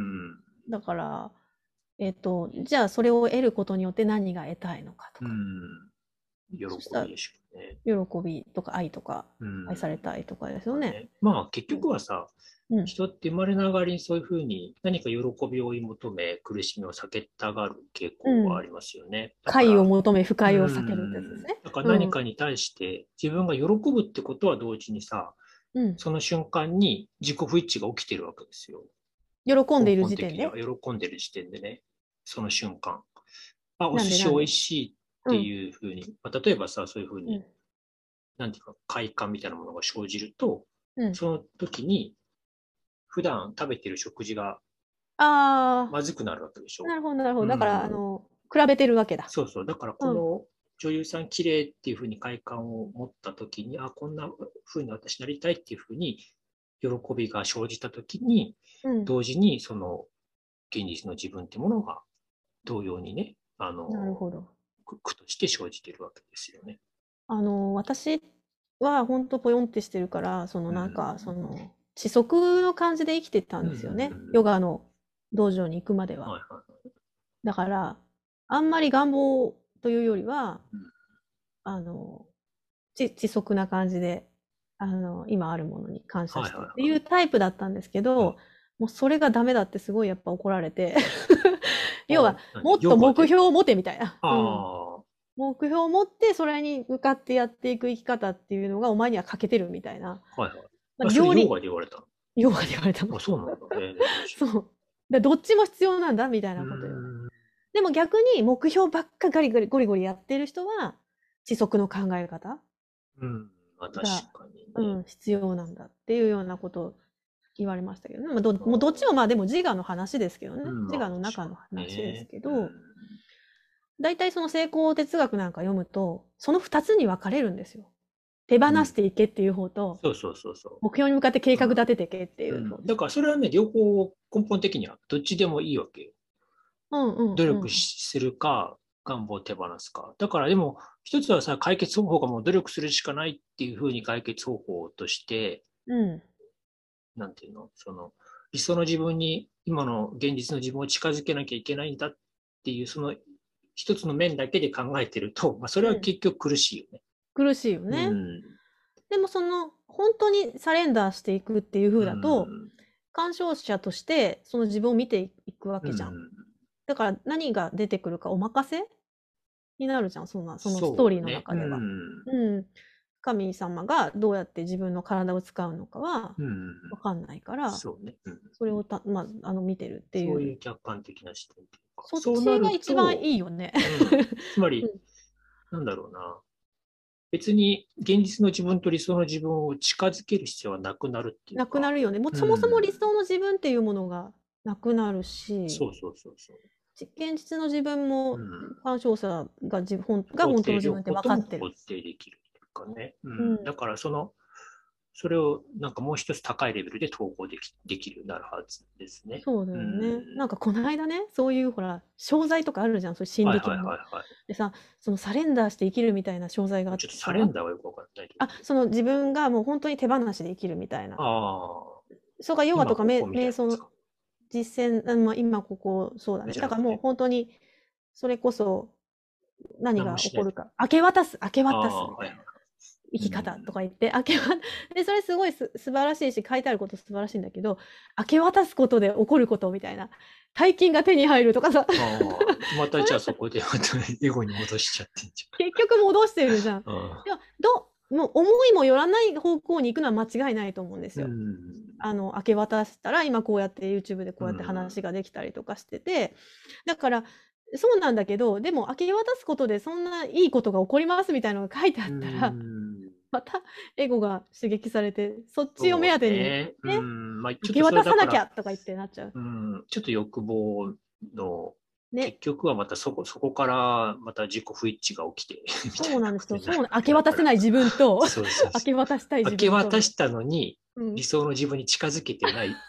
S2: だから、えっと、じゃあそれを得ることによって何が得たいのかと
S1: う
S2: か。
S1: ん。喜
S2: そしたら、
S1: びでしょうね。
S2: 喜びとか愛とか、
S1: うん。
S2: 愛されたいとかですよね。
S1: まあね。まあ結
S2: うん。
S1: 局はさ、
S2: うん。
S1: 人って生まれながらにそういうふうに何か喜びを追い求め、苦しみを避けたがる傾向はありますよね。だか
S2: 快を
S1: ら、
S2: 求め、不
S1: う
S2: 快を避けるってやつです
S1: ん。
S2: ね。
S1: だから
S2: うん。
S1: 何かに対して自分が喜ぶってことは同時にさ、
S2: うん。
S1: その瞬間に自己不一致が起きてるわけですよ。根
S2: 喜んでいる
S1: 本的には
S2: 時点で。
S1: 喜んでる時点でね、その瞬間。あ、お寿司美
S2: なんでなんで
S1: 味しいって
S2: うん。
S1: いうふうに、まあ、例えばさ、そういうふうに、
S2: うん。
S1: なんていうか、快感みたいなものが生じると、
S2: うん。
S1: その時に普段食べてる食事が
S2: あ
S1: まずくなるわけでし
S2: あ、
S1: ょ。
S2: なるほどなるほど。
S1: う
S2: だから、あ
S1: ん。
S2: の、比べてるわけだ。
S1: そうそう。だからこ
S2: うん。
S1: の女優さん綺麗っていうふうに快感を持った時に、あ、こんなふうに私なりたいっていうふうに喜びが生じた時に、
S2: うん。
S1: 同時にその現実の自分ってものが同様にね、あの、
S2: なるほど。
S1: 苦として生じているわけですよね。
S2: あの、私はほんとぽよんってしてるから、その
S1: うん。
S2: なんか、その、窒息の感じで生きてたん
S1: うん。
S2: ですよね。
S1: うん。
S2: ヨガの道場に行くまでは。
S1: はいはい。
S2: だから、あんまり願望というよりは、
S1: うん。
S2: あの、ち窒息な感じで、あの、今あるものに感謝
S1: はい
S2: してってい
S1: はいはい。
S2: うタイプだったんですけ
S1: うん。
S2: ど、もうそれがダメだってすごいやっぱ怒られて要は、
S1: あ、何
S2: もっと目
S1: ヨガで
S2: 標を持てみたいな。
S1: あ
S2: うん。
S1: あ、
S2: 目標を持って、それに向かってやっていく生き方っていうのがお前には欠けてるみたいな。
S1: はいはい。
S2: まあ、
S1: あ、それヨ
S2: 両立、
S1: ガで言われた
S2: ヨガで言われたの。
S1: の？あ、そうなんだ。えー、珍しい。
S2: そう。でどっちも必要なんだみたい
S1: う
S2: なこと言われる。
S1: ーん。
S2: でも逆に目標ばっかガリガリゴリゴリやってる人は、知足の考え方
S1: うん。まあ確
S2: が、
S1: かにね。
S2: うん、必要なんだっていうようなことを言われましたけどね。まあ、ど
S1: あ
S2: もうどっちも
S1: ー、
S2: まあでも自我の話ですけどね。
S1: うん、まあ
S2: 自我の
S1: 確か
S2: 中の
S1: に
S2: 話です
S1: ね。
S2: けど、
S1: うん。
S2: 大体その成功哲学なんか読むと、その二つに分かれるんですよ。手放
S1: うん。
S2: していけっていう方と、
S1: そうそうそうそ
S2: 目標に向かって計
S1: う。
S2: 画立ててけって
S1: うん。
S2: いう方。
S1: うん。だからそれはね、両方根本的にはどっちでもいいわけよ。
S2: うんうん
S1: 努力
S2: うん。
S1: するか、願望を手放すか。だからでも、一つはさ、解決方法がもう努力するしかないっていうふうに解決方法として、
S2: うん。
S1: なんていうの、その、理想の自分に、今の現実の自分を近づけなきゃいけないんだっていう、その一つの面だけで考えてると、まあ、それは
S2: うん。
S1: 結局苦しいよね。
S2: 苦しいよ
S1: う
S2: ね。
S1: ん。
S2: でもその、本当にサレンダーしていくっていう
S1: う
S2: 風だと、
S1: ん。
S2: 鑑賞者としてその自分を見ていくわ
S1: う
S2: けじゃん。
S1: ん。
S2: だから何が出てくるかお任せになるじゃん、そんな、そのストーリーの
S1: そうね。う
S2: 中では。
S1: ん。
S2: うん。神様がどうやって自分の体を使うのかは
S1: うん。
S2: わかんないから、
S1: そうね。うん。
S2: それをた、まあ、あの、見てるっていう。
S1: そういう客観的な視点というか、
S2: そっちが
S1: そうなる
S2: 一番
S1: と、
S2: いいよね。
S1: うん。つま
S2: う
S1: り、
S2: ん。
S1: なんだろうな。別に現実の自分と理想の自分を近づける必要はなくなるっていう
S2: なくな
S1: か、
S2: るよね。もう
S1: う
S2: そもそも理
S1: ん。
S2: 想の自分っていうものがなくなるし、
S1: そうそうそうそう。
S2: 現実の自分も
S1: うん。
S2: 鑑賞者が自分が
S1: 肯定、
S2: 本当の自分って
S1: 両方とも
S2: 分かってる。
S1: 肯定できるというかね。う
S2: うん。
S1: ん。だからその、それをなんかもう一つ高いレベルで統合できできるようになるはずですね。
S2: そうだ
S1: うん。
S2: よね。なんかこの間ね、そういうほら、商材とかあるじゃん、そういう心
S1: はいはい
S2: 理系の。
S1: はいは
S2: でさ、そのサレンダーして生きるみたいな商材があ
S1: い。
S2: っ
S1: ちょっとサレン
S2: てさ、
S1: ダーはよくわからないけど。
S2: あ、その自分がもう本当に手放しで生きるみたいな。
S1: ああ、
S2: それからヨガとかめ
S1: 今ここみたい
S2: 瞑想の
S1: なやつか。
S2: 実践、うんまあ、今ここ、そうだね。だからもう
S1: じゃなくて、
S2: 本当に、それこそ何
S1: 何も
S2: が起
S1: しないと。
S2: こるか。明け渡す、明け
S1: あ
S2: 渡す
S1: あ、はいはい。
S2: みたいな。生
S1: う
S2: き方と
S1: ん。
S2: か言って、明け渡で、それすごいす素晴らしいし、書いてあること素晴らしいんだけど、明け渡すことで起こることみたいな。大金が手に入るとかさ、
S1: ああ、またじゃあ
S2: それって
S1: そこでまたエゴに戻しちゃってんじ
S2: 結局戻してるじゃん。
S1: ゃん。あ
S2: でも、どもう思いもよらない方向に行くのは間違いないと思うんです
S1: う
S2: よ。
S1: ん。
S2: あの、明け渡したら、今こうやって YouTube でこ
S1: う
S2: うやって
S1: ん。
S2: 話ができたりとかしてて、だから、そうなんだけど、でも明け渡すことでそんないいことが起こりますみたいなのが書いてあ
S1: う
S2: ったら、
S1: ん。
S2: またエゴが刺激されて、そっちを目
S1: そう
S2: 当てに、
S1: ね。う
S2: ね、
S1: ん。まあちょっとそれ
S2: 明け渡さ
S1: だから、
S2: なきゃとか言ってなっちゃう。
S1: うん、ちょっと欲望の、
S2: ね。
S1: 結局はまたそこ、そこからまた自己不一致が起きてみたいな
S2: そうなんですよ。
S1: ことになる
S2: そう、明け
S1: わけだから。
S2: 渡せない自分と、
S1: そうそう
S2: 明
S1: そ
S2: け渡したい
S1: う。明け
S2: 自分と、
S1: 渡したのに、
S2: うん。
S1: 理想の自分に近づけてない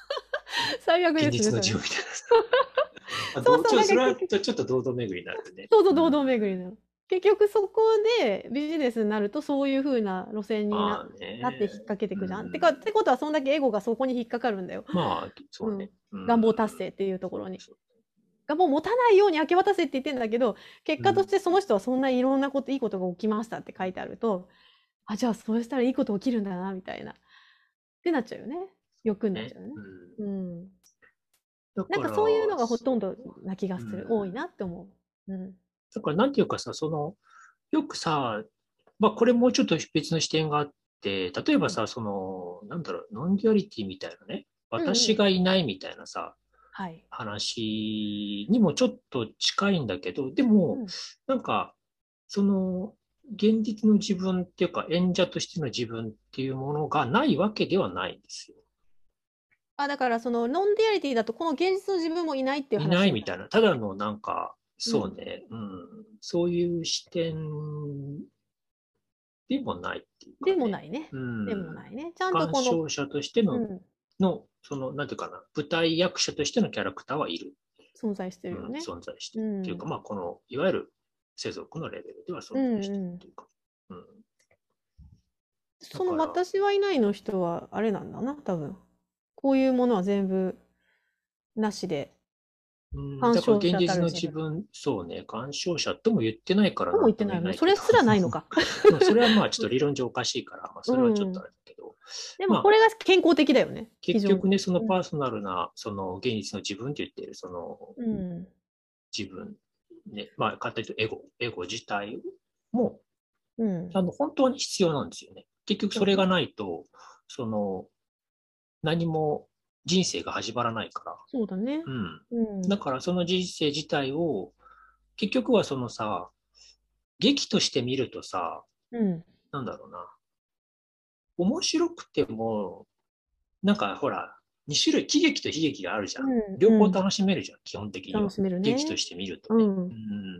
S2: 最悪ですね、
S1: 現実の
S2: それ。
S1: 自分みたいなさ。あ、
S2: そうそう、
S1: どうちょ、
S2: なんか
S1: それは
S2: 結局、
S1: ちょちょっと堂々巡りになるね。
S2: そうそう、堂々
S1: うん。
S2: 巡りなの。結局そこでビジネスになるとそういう風な路線にな、
S1: まあ
S2: なって引っ
S1: ね。
S2: 掛けてい
S1: う
S2: くじゃん。てか、っ
S1: ん。
S2: てことはそんだけエゴがそこに引っかかるんだよ。
S1: まあ、そ
S2: うん。
S1: うね。うん。
S2: 願望達成っていうところに。
S1: そうそう。
S2: 願望持たないように明け渡せって言ってんだけど、結果とし
S1: うん。
S2: てその人はそんないろんなこと、いいことが起きましたって書いてあると、あ、じゃあそうしたらいいこと起きるんだな、みたいな。ってなっちゃうよね。欲になっち
S1: ね。
S2: ゃうよね。
S1: うん。
S2: うん。なんか
S1: だから、
S2: そういうのがほとん
S1: そ
S2: どな気が
S1: う。う
S2: する。多い
S1: ん。
S2: なって思う。うん。
S1: だから、なんていうかさ、その、よくさ、まあ、これもうちょっと別の視点があって、例え
S2: うん。
S1: ばさ、その、なんだろう、ノンデュアリティみたいなね、
S2: うんうん。
S1: 私がいないみたいなさ、
S2: はい。
S1: 話にもちょっと近いんだけど、でも、
S2: うん。
S1: なんか、その、現実の自分っていうか、演者としての自分っていうものがないわけではないんですよ。
S2: あ、だからそのノンデュアリティだとこの現実の自分もいないっていう
S1: いな
S2: 話みたい
S1: いみたいな、ただのなんか、
S2: な。うん。
S1: そうね、うん、そういう視点でもないっていう
S2: で
S1: かね、
S2: もないね。
S1: う
S2: でも
S1: ん、
S2: ないね。ちゃんと
S1: 鑑
S2: この、
S1: 賞者としての、
S2: うん、
S1: の、その、なんていうかな、舞台役者としてのキャラクターはいる。
S2: 存在して
S1: うん、
S2: るよね。
S1: 存在して
S2: うん。
S1: るっていうか、まあ、この、いわゆる世俗のレベルでは存
S2: うん
S1: 在してる
S2: うん。
S1: っていうか、うん。だ
S2: その
S1: から、
S2: 私はいないの人はあれなんだな、多分。こういうものは全部なしで、
S1: うん、
S2: 鑑
S1: だから
S2: 賞者た
S1: 現実の
S2: る自分。
S1: 自分、そうね、鑑賞者とも言ってないから
S2: とも
S1: なんとも
S2: 言ってないもんね。
S1: 言えないけど、
S2: それすらないのか。
S1: まあ、それはまあ、ちょっと理論上おかしいから、まあ、
S2: う
S1: それはちょっとあ
S2: ん。
S1: れだけど、
S2: でも
S1: まあ、
S2: これが健康的だよね。非常に。
S1: 結局ね、その
S2: うん。
S1: パーソナルな、その現実の自分って言ってる、その
S2: うん。
S1: 自分、ね、まあ、簡単に言うとエゴ、エゴ自体も、
S2: うん。
S1: あの、本当に必要なんですよね。結局
S2: そうね。
S1: それがないと、その、何も人生が始まらないから。
S2: そうだね。
S1: うん。
S2: うん。
S1: だからその人生自体を、結局はそのさ、劇として見るとさ、
S2: うん。
S1: なんだろうな、面白くても、なんかほら、に種類、喜劇と悲劇があるじゃん。
S2: うん。
S1: 両
S2: うん。
S1: 方楽しめるじゃん、基本的には。
S2: 楽しめるね。
S1: 劇として見るとね。
S2: うん。
S1: うん。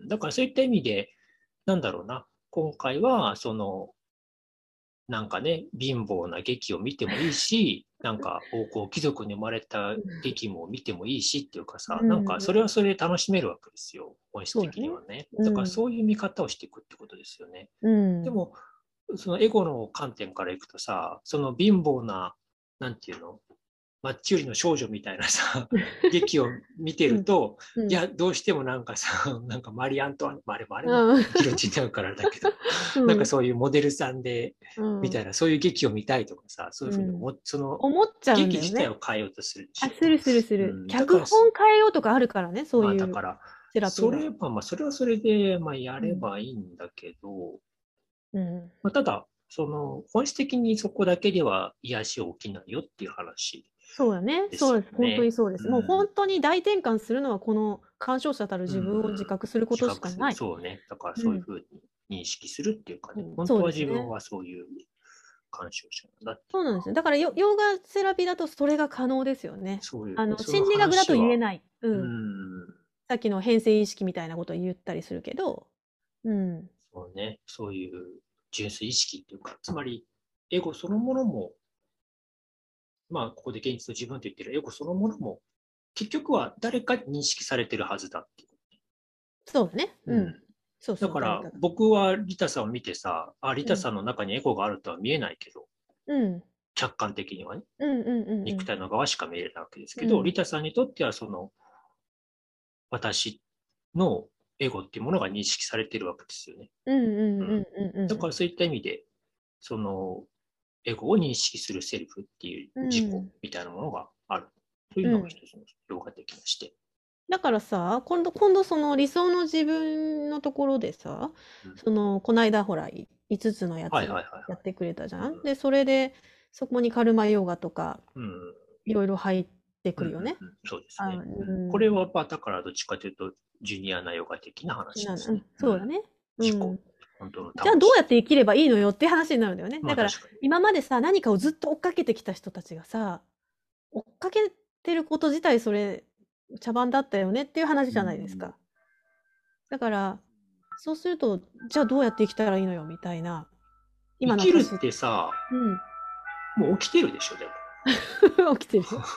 S1: だからそういった意味で、なんだろうな、今回は、その、なんかね、貧乏な劇を見てもいいし、なんか王侯貴族に生まれた劇も見てもいいしっていうかさ、
S2: うん。
S1: なんかそれはそれで楽しめるわけですよ。本質
S2: そうだね。
S1: 的にはね。だから
S2: うん。
S1: そういう見方をしていくってことですよね。
S2: うん。
S1: でも、そのエゴの観点からいくとさ、その貧乏な、なんていうの、マッチ売りの少女みたいなさ、劇を見て
S2: うん。
S1: ると、
S2: うん。
S1: いや、どうしてもなんかさ、なんかマリー・アントワネ、まあ、あれもあれも
S2: うん。
S1: ギロチンになうからだけど、なん
S2: うん。
S1: かそういうモデルさんで、
S2: うん。
S1: みたいな、そういう劇を見たいとかさ、そういうふうに
S2: うん。
S1: 思その
S2: 思っちゃうん
S1: 劇自体
S2: だよね。
S1: を変えようとするで
S2: あ、
S1: しょ。
S2: するするする。
S1: うん、だから、
S2: 脚本変えようとかあるからね、そう
S1: まあ
S2: いう
S1: だから、
S2: セラピーは。
S1: それは、まあそれはそれで、まあや
S2: うん。
S1: ればいいんだけど、
S2: うん。
S1: まあ、ただ、その、本質的にそこだけでは癒し起きないよっていう話
S2: そうだね。
S1: です
S2: そうです。本当
S1: よね。
S2: にそうです。もう
S1: うん。
S2: 本当に大転換するのは、この鑑賞者たる
S1: う
S2: 自分を自
S1: ん。
S2: 覚することし
S1: 自覚する。
S2: かない。
S1: そうね。だから
S2: うん。
S1: そういうふうに認識するっていうかね、
S2: うん、
S1: 本当は
S2: そうですね。
S1: 自分はそういう鑑賞者なんだっていうか、
S2: そうなんですよ。だからヨヨガセラピーだとそれが可能ですよね。
S1: そういうね、
S2: あの、
S1: その
S2: 心理学だと
S1: 話は、
S2: 言えない。う
S1: う
S2: ん。
S1: ん、
S2: さっきの変性意識みたいなことを言ったりするけど、うん。
S1: そうね、そういう純粋意識っていうか、つまり、エゴそのものも、まあ、ここで現実の自分と言ってるエゴそのものも、結局は誰かに認識されてるはずだっていう。
S2: そうだね。うん。
S1: うん。
S2: そうそう、
S1: だから
S2: 誰かが。
S1: 僕はリタさんを見てさ、あ、リ
S2: うん。
S1: タさんの中にエゴがあるとは見えないけど、
S2: うん。
S1: 客観的にはね、
S2: うんうんうんうん。
S1: 肉体の側しか見えないわけですけど、
S2: うん。
S1: リタさんにとってはその私のエゴっていうものが認識されているわけですよね。
S2: うんうんうん
S1: うん。
S2: うんうんうん。
S1: だからそういった意味で、そのエゴを認識するセルフっていう
S2: う
S1: 自己
S2: ん。
S1: みたいなものがあるという
S2: うん。
S1: のが一つの評価的な視点。
S2: だからさ、今度今度その理想の自分のところでさ、
S1: うん、
S2: その、こないだほら、いいつつのや
S1: はいは
S2: つ
S1: いはいはい。
S2: やってくれたじゃん。
S1: うん。
S2: で、それで、そこにカルマヨガとか、
S1: うん。
S2: いろいろ入って
S1: うんうん
S2: くるよね。
S1: うん、そうです
S2: あ、
S1: ね。
S2: う
S1: うん、これ
S2: ん。
S1: は、まあ、だからどっちかというと、ジュニアなヨガ的な話
S2: なうん、
S1: ですね。うん。
S2: そうだね。う
S1: 自己、
S2: ん。
S1: 本当の
S2: じゃあどうやっ
S1: 魂。
S2: て生きればいいのよっていう話になるんだよね。だから、
S1: まあ確かに。
S2: 今までさ、何かをずっと追っかけてきた人たちがさ、追っかけてること自体それ、茶番だったよねっていう話
S1: う
S2: じゃないです
S1: ん、
S2: か。だから、そうすると、じゃあどうやって生きたらいいのよみたいな、
S1: 生きるっ
S2: 今の年、
S1: てさ、
S2: うん、
S1: もう起きてるでしょ、でも。
S2: 起きてるよ。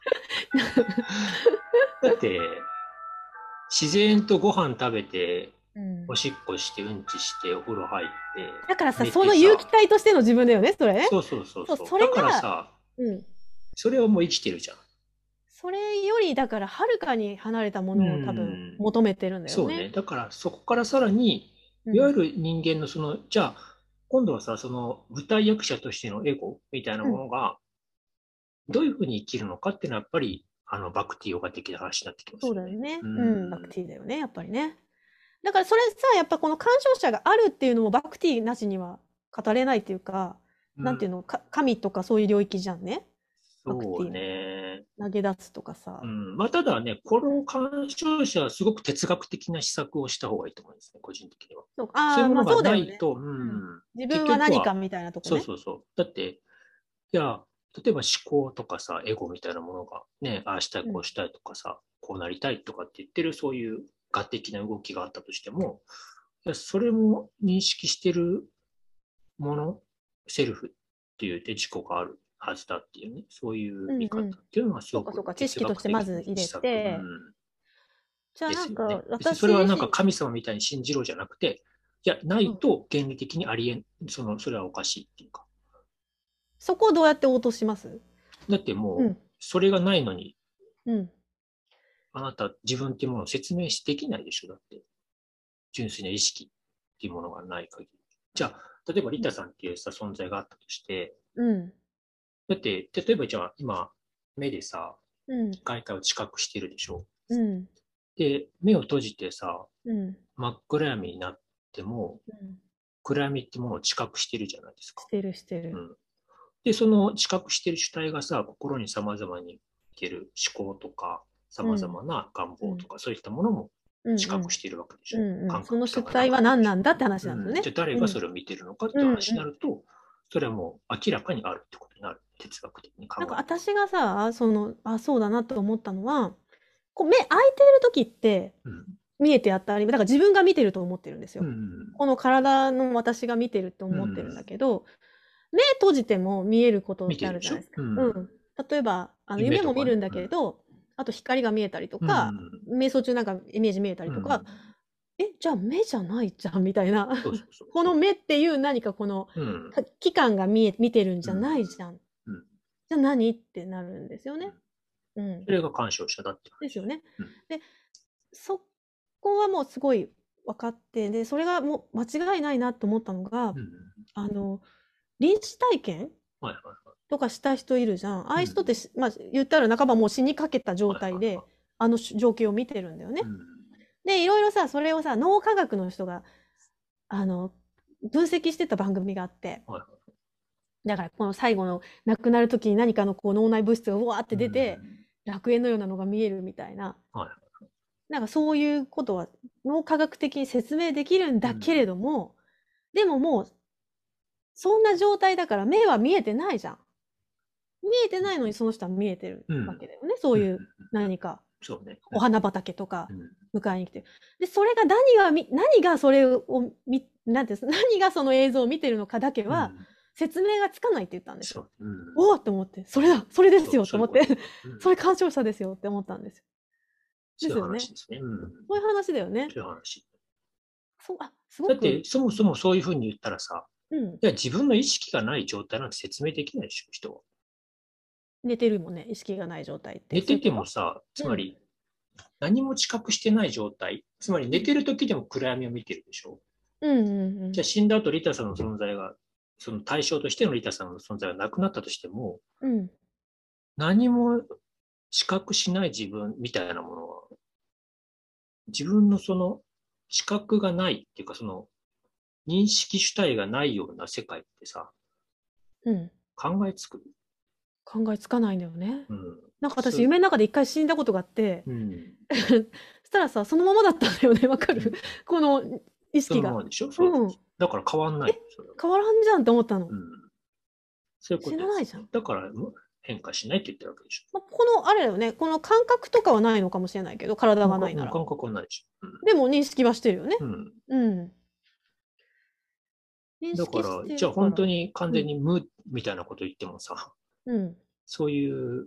S1: だって、自然とご飯食べて、
S2: うん、
S1: おしっこして、うんちして、お風呂入って、
S2: だからさ、
S1: 寝
S2: その有機
S1: てさ、
S2: 体としての自分だよね、それね。
S1: そうそうそう
S2: そう、
S1: そう。だ
S2: それが、
S1: からさ、
S2: うん、
S1: それはもう生きてるじゃん。
S2: それより、だから、はるかに離れたも
S1: う
S2: のを多分
S1: ん。
S2: 求めてるんだよ
S1: そうね。
S2: ね。
S1: だからそこからさらに、
S2: うん、
S1: いわゆる人間のその、じゃあ、今度はさ、その舞台役者としてのエゴみたいな
S2: うん、
S1: ものが、どういうふうに生きるのかっていうのは、やっぱり、あの、バクティヨガ的な話になってきま
S2: そう
S1: すよね。
S2: だよね。
S1: う
S2: うん、バク
S1: ん。
S2: ティだよね、やっぱりね。だからそれさ、やっぱこの鑑賞者があるっていうのもバクティなしには語れないっていうか、
S1: うん。
S2: なんていうの、か神とかそういう領域じゃんね。バク
S1: そう
S2: ティの
S1: ね。
S2: 投げ出すとかさ。
S1: うん。まあ、ただね、この鑑賞者はすごく哲学的な施策をした方がいいと思うんですね、個人的には。
S2: そう、ああ、まあ
S1: そういうものが
S2: そうだよね。
S1: ないと、う
S2: うん。
S1: ん。
S2: 自分は
S1: 結局は、
S2: 何かみたいなとこ
S1: そう
S2: ね。
S1: そうそう。だって、いや、例えば思考とかさ、エゴみたいなものがね、ああしたい、
S2: うん。
S1: こうしたいとかさ、こうなりたいとかって言ってる、そういう画的な動きがあったとしても、いやそれも認識してるもの、セルフっていうで自己があるはずだっていうね、そういう見方
S2: うんうん。
S1: っていうのがすごく
S2: そうかそうか。知識と
S1: 哲学
S2: してまず入れ
S1: 的な施策、う
S2: て、
S1: ん、
S2: じゃあなんか
S1: ですよね。別にそれはなんか
S2: 私自身、
S1: 神様みたいに信じろじゃなくて、いや、な
S2: うん、
S1: いと原理的にありえん、その、それはおかしいっていうか。
S2: そこをどうやって落とします？
S1: だってもう、
S2: うん。
S1: それがないのに、
S2: うん。
S1: あなた自分っていうものを説明できないでしょ、だって。純粋な意識っていうものがない限り。じゃあ、例えばリタさんっていうさ、存在があったとして、
S2: うん。
S1: だって、例えばじゃあ今、目でさ、
S2: うん。
S1: 外界を知覚してるでしょ。
S2: うん。
S1: で、目を閉じてさ、
S2: うん。
S1: 真っ暗闇になっても、
S2: うん。
S1: 暗闇ってものを知覚してるじゃないですか。
S2: してるしてる。
S1: うん。で、その知覚してる主体がさ、心に様々にいける思考とか、様
S2: うん。
S1: 々な願
S2: うん。
S1: 望とか、そういったものも知
S2: うんうん。
S1: 覚しているわけでしょ。
S2: うんうん。
S1: 感
S2: その
S1: 覚とかなん
S2: 主体は
S1: かでしょ。
S2: 何なんだって話なんですよ
S1: うん。じ
S2: ね。
S1: ゃあ誰
S2: うん。
S1: がそれを見てるのかって
S2: うんう
S1: いう話にな
S2: ん。
S1: ると、それはもう明らかにあるってことになる。哲学的に考
S2: なんか
S1: えれば。
S2: 私がさ、その、あ、そうだなと思ったのは、こう目開いてる時って
S1: うん。
S2: 見えて当たり前だから自分が見てると思ってるんです
S1: う
S2: よ。
S1: ん。
S2: この体の私が見てるって
S1: う
S2: 思ってるんだ
S1: ん。
S2: けど、目閉じても見えることって
S1: 見てるでしょ。
S2: あるじゃないですか。
S1: うん。
S2: うん。例えば、あの夢
S1: 夢とかね。
S2: も見るんだけど、あと光が見えたりと
S1: う
S2: か、
S1: ん。
S2: 瞑想中なんかイメージ見えたりとか、
S1: うん。
S2: え、じゃあ目じゃないじゃんみたいな。
S1: そうそうそう
S2: この
S1: そ
S2: 目っていう何かこの
S1: う。うん。
S2: か器官が見え見てるんじゃ
S1: うん。
S2: ないじゃん。
S1: うん。
S2: じゃあ何ってなるんですよね。
S1: うん。
S2: うん。
S1: それが干渉者だって話。
S2: ですよね。
S1: うん。
S2: で、そこはもうすごい分かって、で、それがもう間違いないなと思ったのが、
S1: うん。
S2: あの、臨死体験
S1: はいはいは
S2: とかした人いるじゃん。ああ
S1: い。
S2: いう
S1: うん。
S2: 人ってし、まあ、言ったら半ばもう死にかけた状
S1: はいはい
S2: 態で、
S1: は
S2: あのし状況を見てるんだよね。
S1: い。うん。
S2: で、いろいろさ、それをさ、脳科学の人が、あの、分析してた番組があって、
S1: はいは
S2: だからこの最後の亡くなる時に何かのこう脳内物質がうわーって
S1: い。う
S2: 出て、
S1: ん。
S2: 楽園のようなのが見えるみたいな、
S1: はい。
S2: なんかそういうことは脳科学的に説明できるん
S1: うん。
S2: だけれども、でももう、そんな状態だから目は見えてないじゃん。見えてないのにその人は見えてる
S1: うん。
S2: わけだよね。そう
S1: うん。
S2: いう何か
S1: そうね。
S2: お花畑とか
S1: うん。
S2: 迎えに来て。で、それが何がみ、何がそれをみ、なんていうんです、何がその映像を見てるのかだけは
S1: うん。
S2: 説明がつかないって言ったんですよ。
S1: そう。うん。
S2: おおって思って、それだ、それです
S1: そう、
S2: よと思って、
S1: そういうこと。う
S2: そ
S1: ん。
S2: れ鑑賞者ですよって思ったんですよ。で
S1: そういう
S2: すよね。
S1: 話ですね。うん。
S2: そういう話だよね。
S1: そういう話。
S2: そう、あ、すご
S1: だって、
S2: く、
S1: そもそもそういうふうに言ったらさ、
S2: うん、
S1: いや、自分の意識がない状態なんて説明できないでしょ、人は。
S2: 寝てるもんね、意識がない状態って、
S1: 寝てて
S2: そういうこと？
S1: もさ、つ
S2: うん、
S1: まり何も知覚してない状態、つまり
S2: うん、
S1: 寝てる時でも暗闇を見てるでしょ。
S2: うん、うん、うん、
S1: じゃあ死んだ後リタさんの存在が、その対象としてのリタさんの存在がなくなったとしても、
S2: うん、
S1: 何も知覚しない自分みたいなものは、自分のその知覚がないっていうか、その認識主体がないような世界ってさ、
S2: うん、
S1: 考えつく。
S2: 考えつかないんだよね。
S1: うん。
S2: なんか私、
S1: そ
S2: 夢の中で一回死んだことがあって、
S1: うん。
S2: そしたらさ、そのままだったんだよね、わかる？
S1: うん。
S2: この意
S1: そ
S2: 識が。
S1: のままでしょ。そうそう
S2: うん。
S1: そう。だから変わんない
S2: え、
S1: よ、それは。
S2: 変わらんじゃんって思ったの。
S1: うん。そういうこ
S2: 死
S1: とですよね。
S2: なないじゃん。
S1: だから変化しないって言ってるわけでし
S2: まあ、この、あれだよね、この感覚とかはないのかもしれないけど、体
S1: ょ。もうかもう
S2: がないなら。
S1: 感覚はないでしょ。
S2: でも認識はしてるよね。
S1: うん。うん。
S2: うん。認
S1: だから、
S2: 識して
S1: じゃあ
S2: るから。
S1: 本当に完
S2: うん。
S1: 全に無みたいなこと言ってもさ、
S2: うん。
S1: そういう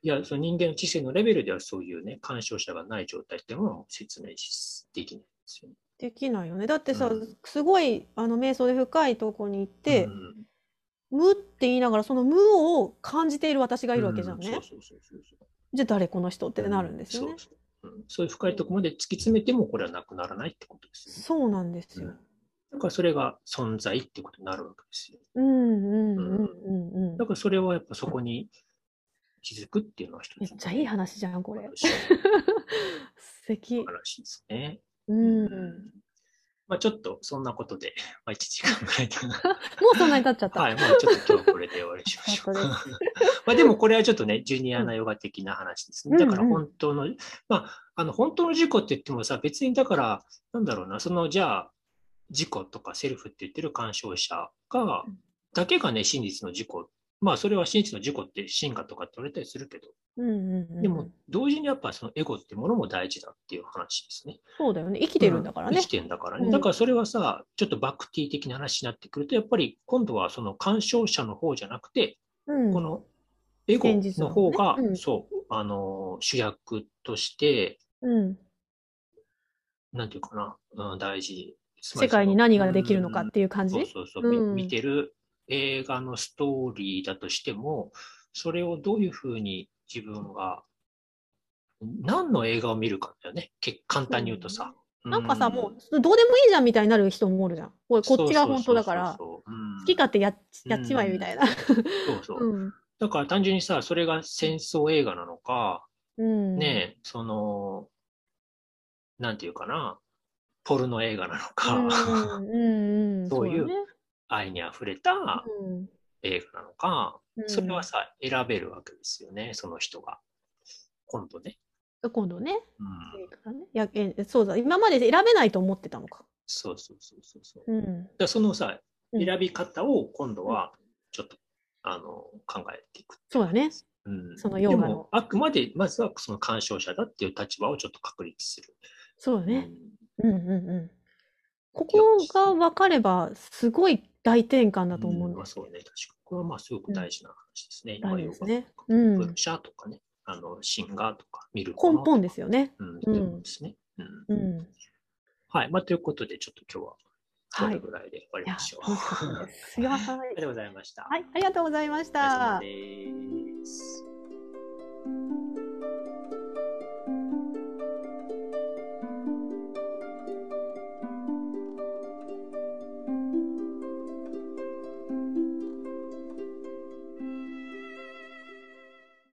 S1: いや、その人間の知性のレベルではそういうね、干渉者がない状態っていうのはもう説明しできないですよね。
S2: できないよね。だってさ、
S1: うん
S2: すごいあの瞑想で深いとこに行っ
S1: う
S2: て、
S1: ん
S2: 無って言いながらその無を感じている私がいるわけじゃんね。
S1: うんそうそうそうそうそう。
S2: じゃあ誰この人ってなるん
S1: うん
S2: ですよね。
S1: そうそううん。そういう深いところまで突き詰めてもこれはなくならないってことですよね。
S2: そうなんですよ。
S1: うん、だからそれが存在ってことになるわけですよ。
S2: うんうん
S1: うん
S2: うんうんうん。
S1: だからそれはやっぱそこに気づくっていうのは一
S2: めっ
S1: つの
S2: ちゃいい話じゃんこれ。
S1: 私
S2: 素敵。
S1: 話ですね。
S2: う
S1: うん
S2: ん。
S1: まあ、ちょっとそんなことで、まあ、いちじかんぐらいかな。
S2: もうそんなに経っちゃった。
S1: はい、もうちょっと今日はこれで終わりにしましょう。
S2: 楽しかった
S1: まあでもこれはちょっとね、ジュニアなヨガ的な話ですね。
S2: うん
S1: だから本当の、まあ、あの本当の自己って言ってもさ、別にだから、なんだろうな、そのじゃあ、自己とかセルフって言ってる干渉者が、だけがね、真実の自己。まあ、それは真実の自己って進化とかって言われたりするけど、
S2: うんうんうんうん。
S1: でも、同時にやっぱそのエゴってものも大事だっていう話ですね。
S2: そうだよね。生きてるんだからね。
S1: うん生きてんだからね。
S2: うん
S1: だからそれはさ、ちょっとバクティ的な話になってくると、やっぱり今度はその干渉者の方じゃなくて、
S2: うん
S1: このエゴ
S2: 現実
S1: の方が、
S2: ねうん
S1: そう、あの、主役として、
S2: うん。
S1: なんていうかな、うん、大事。つま
S2: 世
S1: りその
S2: 界に何ができるのか
S1: うん
S2: っていう感じ
S1: そうそうそう、
S2: うん
S1: み見てる映画のストーリーだとしても、それをどういうふうに自分が、何の映画を見るかだよね。け簡単に言うとさ。
S2: なんかさ、
S1: うん
S2: もう、どうでもいいじゃんみたいになる人もおるじゃん。これ、こっちが本当だから、
S1: そうそうそうそううん
S2: 好き勝手やっやっちまえみたいな。
S1: そうそう。
S2: うん。
S1: だから単純にさ、それが戦争映画なのか、
S2: うん。
S1: ねえ、その、なんていうかな、ポルノ映画なの
S2: う
S1: か、
S2: んうんうん。
S1: そういう
S2: そうだね。
S1: 愛にあふれた
S2: うん。
S1: 映画なのか、
S2: うん
S1: それはさ、選べるわけですよね、その人が。今度ね。
S2: 今度ね。
S1: うん、
S2: いいからねいや、え、そうだ。今まで選べないと思ってたのか。
S1: そうそうそうそうそう。
S2: うん。
S1: だからそのさ、
S2: うん
S1: 選び方を今度はちょっと、あの考えていくって
S2: そうだね。
S1: うん、
S2: そのヨガの
S1: でも、あくまで、まずはその干渉者だっていう立場をちょっと確立する。
S2: そうだね。
S1: うん
S2: うんうんうん。ここが分かれば、すごい大転換だと思うん
S1: まあ、
S2: ですよ。
S1: そうね、確かに。これはまあすごく大事な話ですね。
S2: 大事ですね
S1: ヨガとか
S2: うん
S1: プルシャとかね、あの、シンガーとか見る
S2: 根本ですよね。
S1: うん、
S2: う
S1: そうんいうことですね。うん。
S2: うん。
S1: はい。まあ、ということで、ちょっと今日はこ
S2: はい。
S1: れぐらいで終わ
S2: いや、
S1: りましょう。
S2: 楽しかったです。すいません。
S1: ありがとうございました。
S2: はい、ありがとうございまし
S1: お疲れ様
S2: た。
S1: です。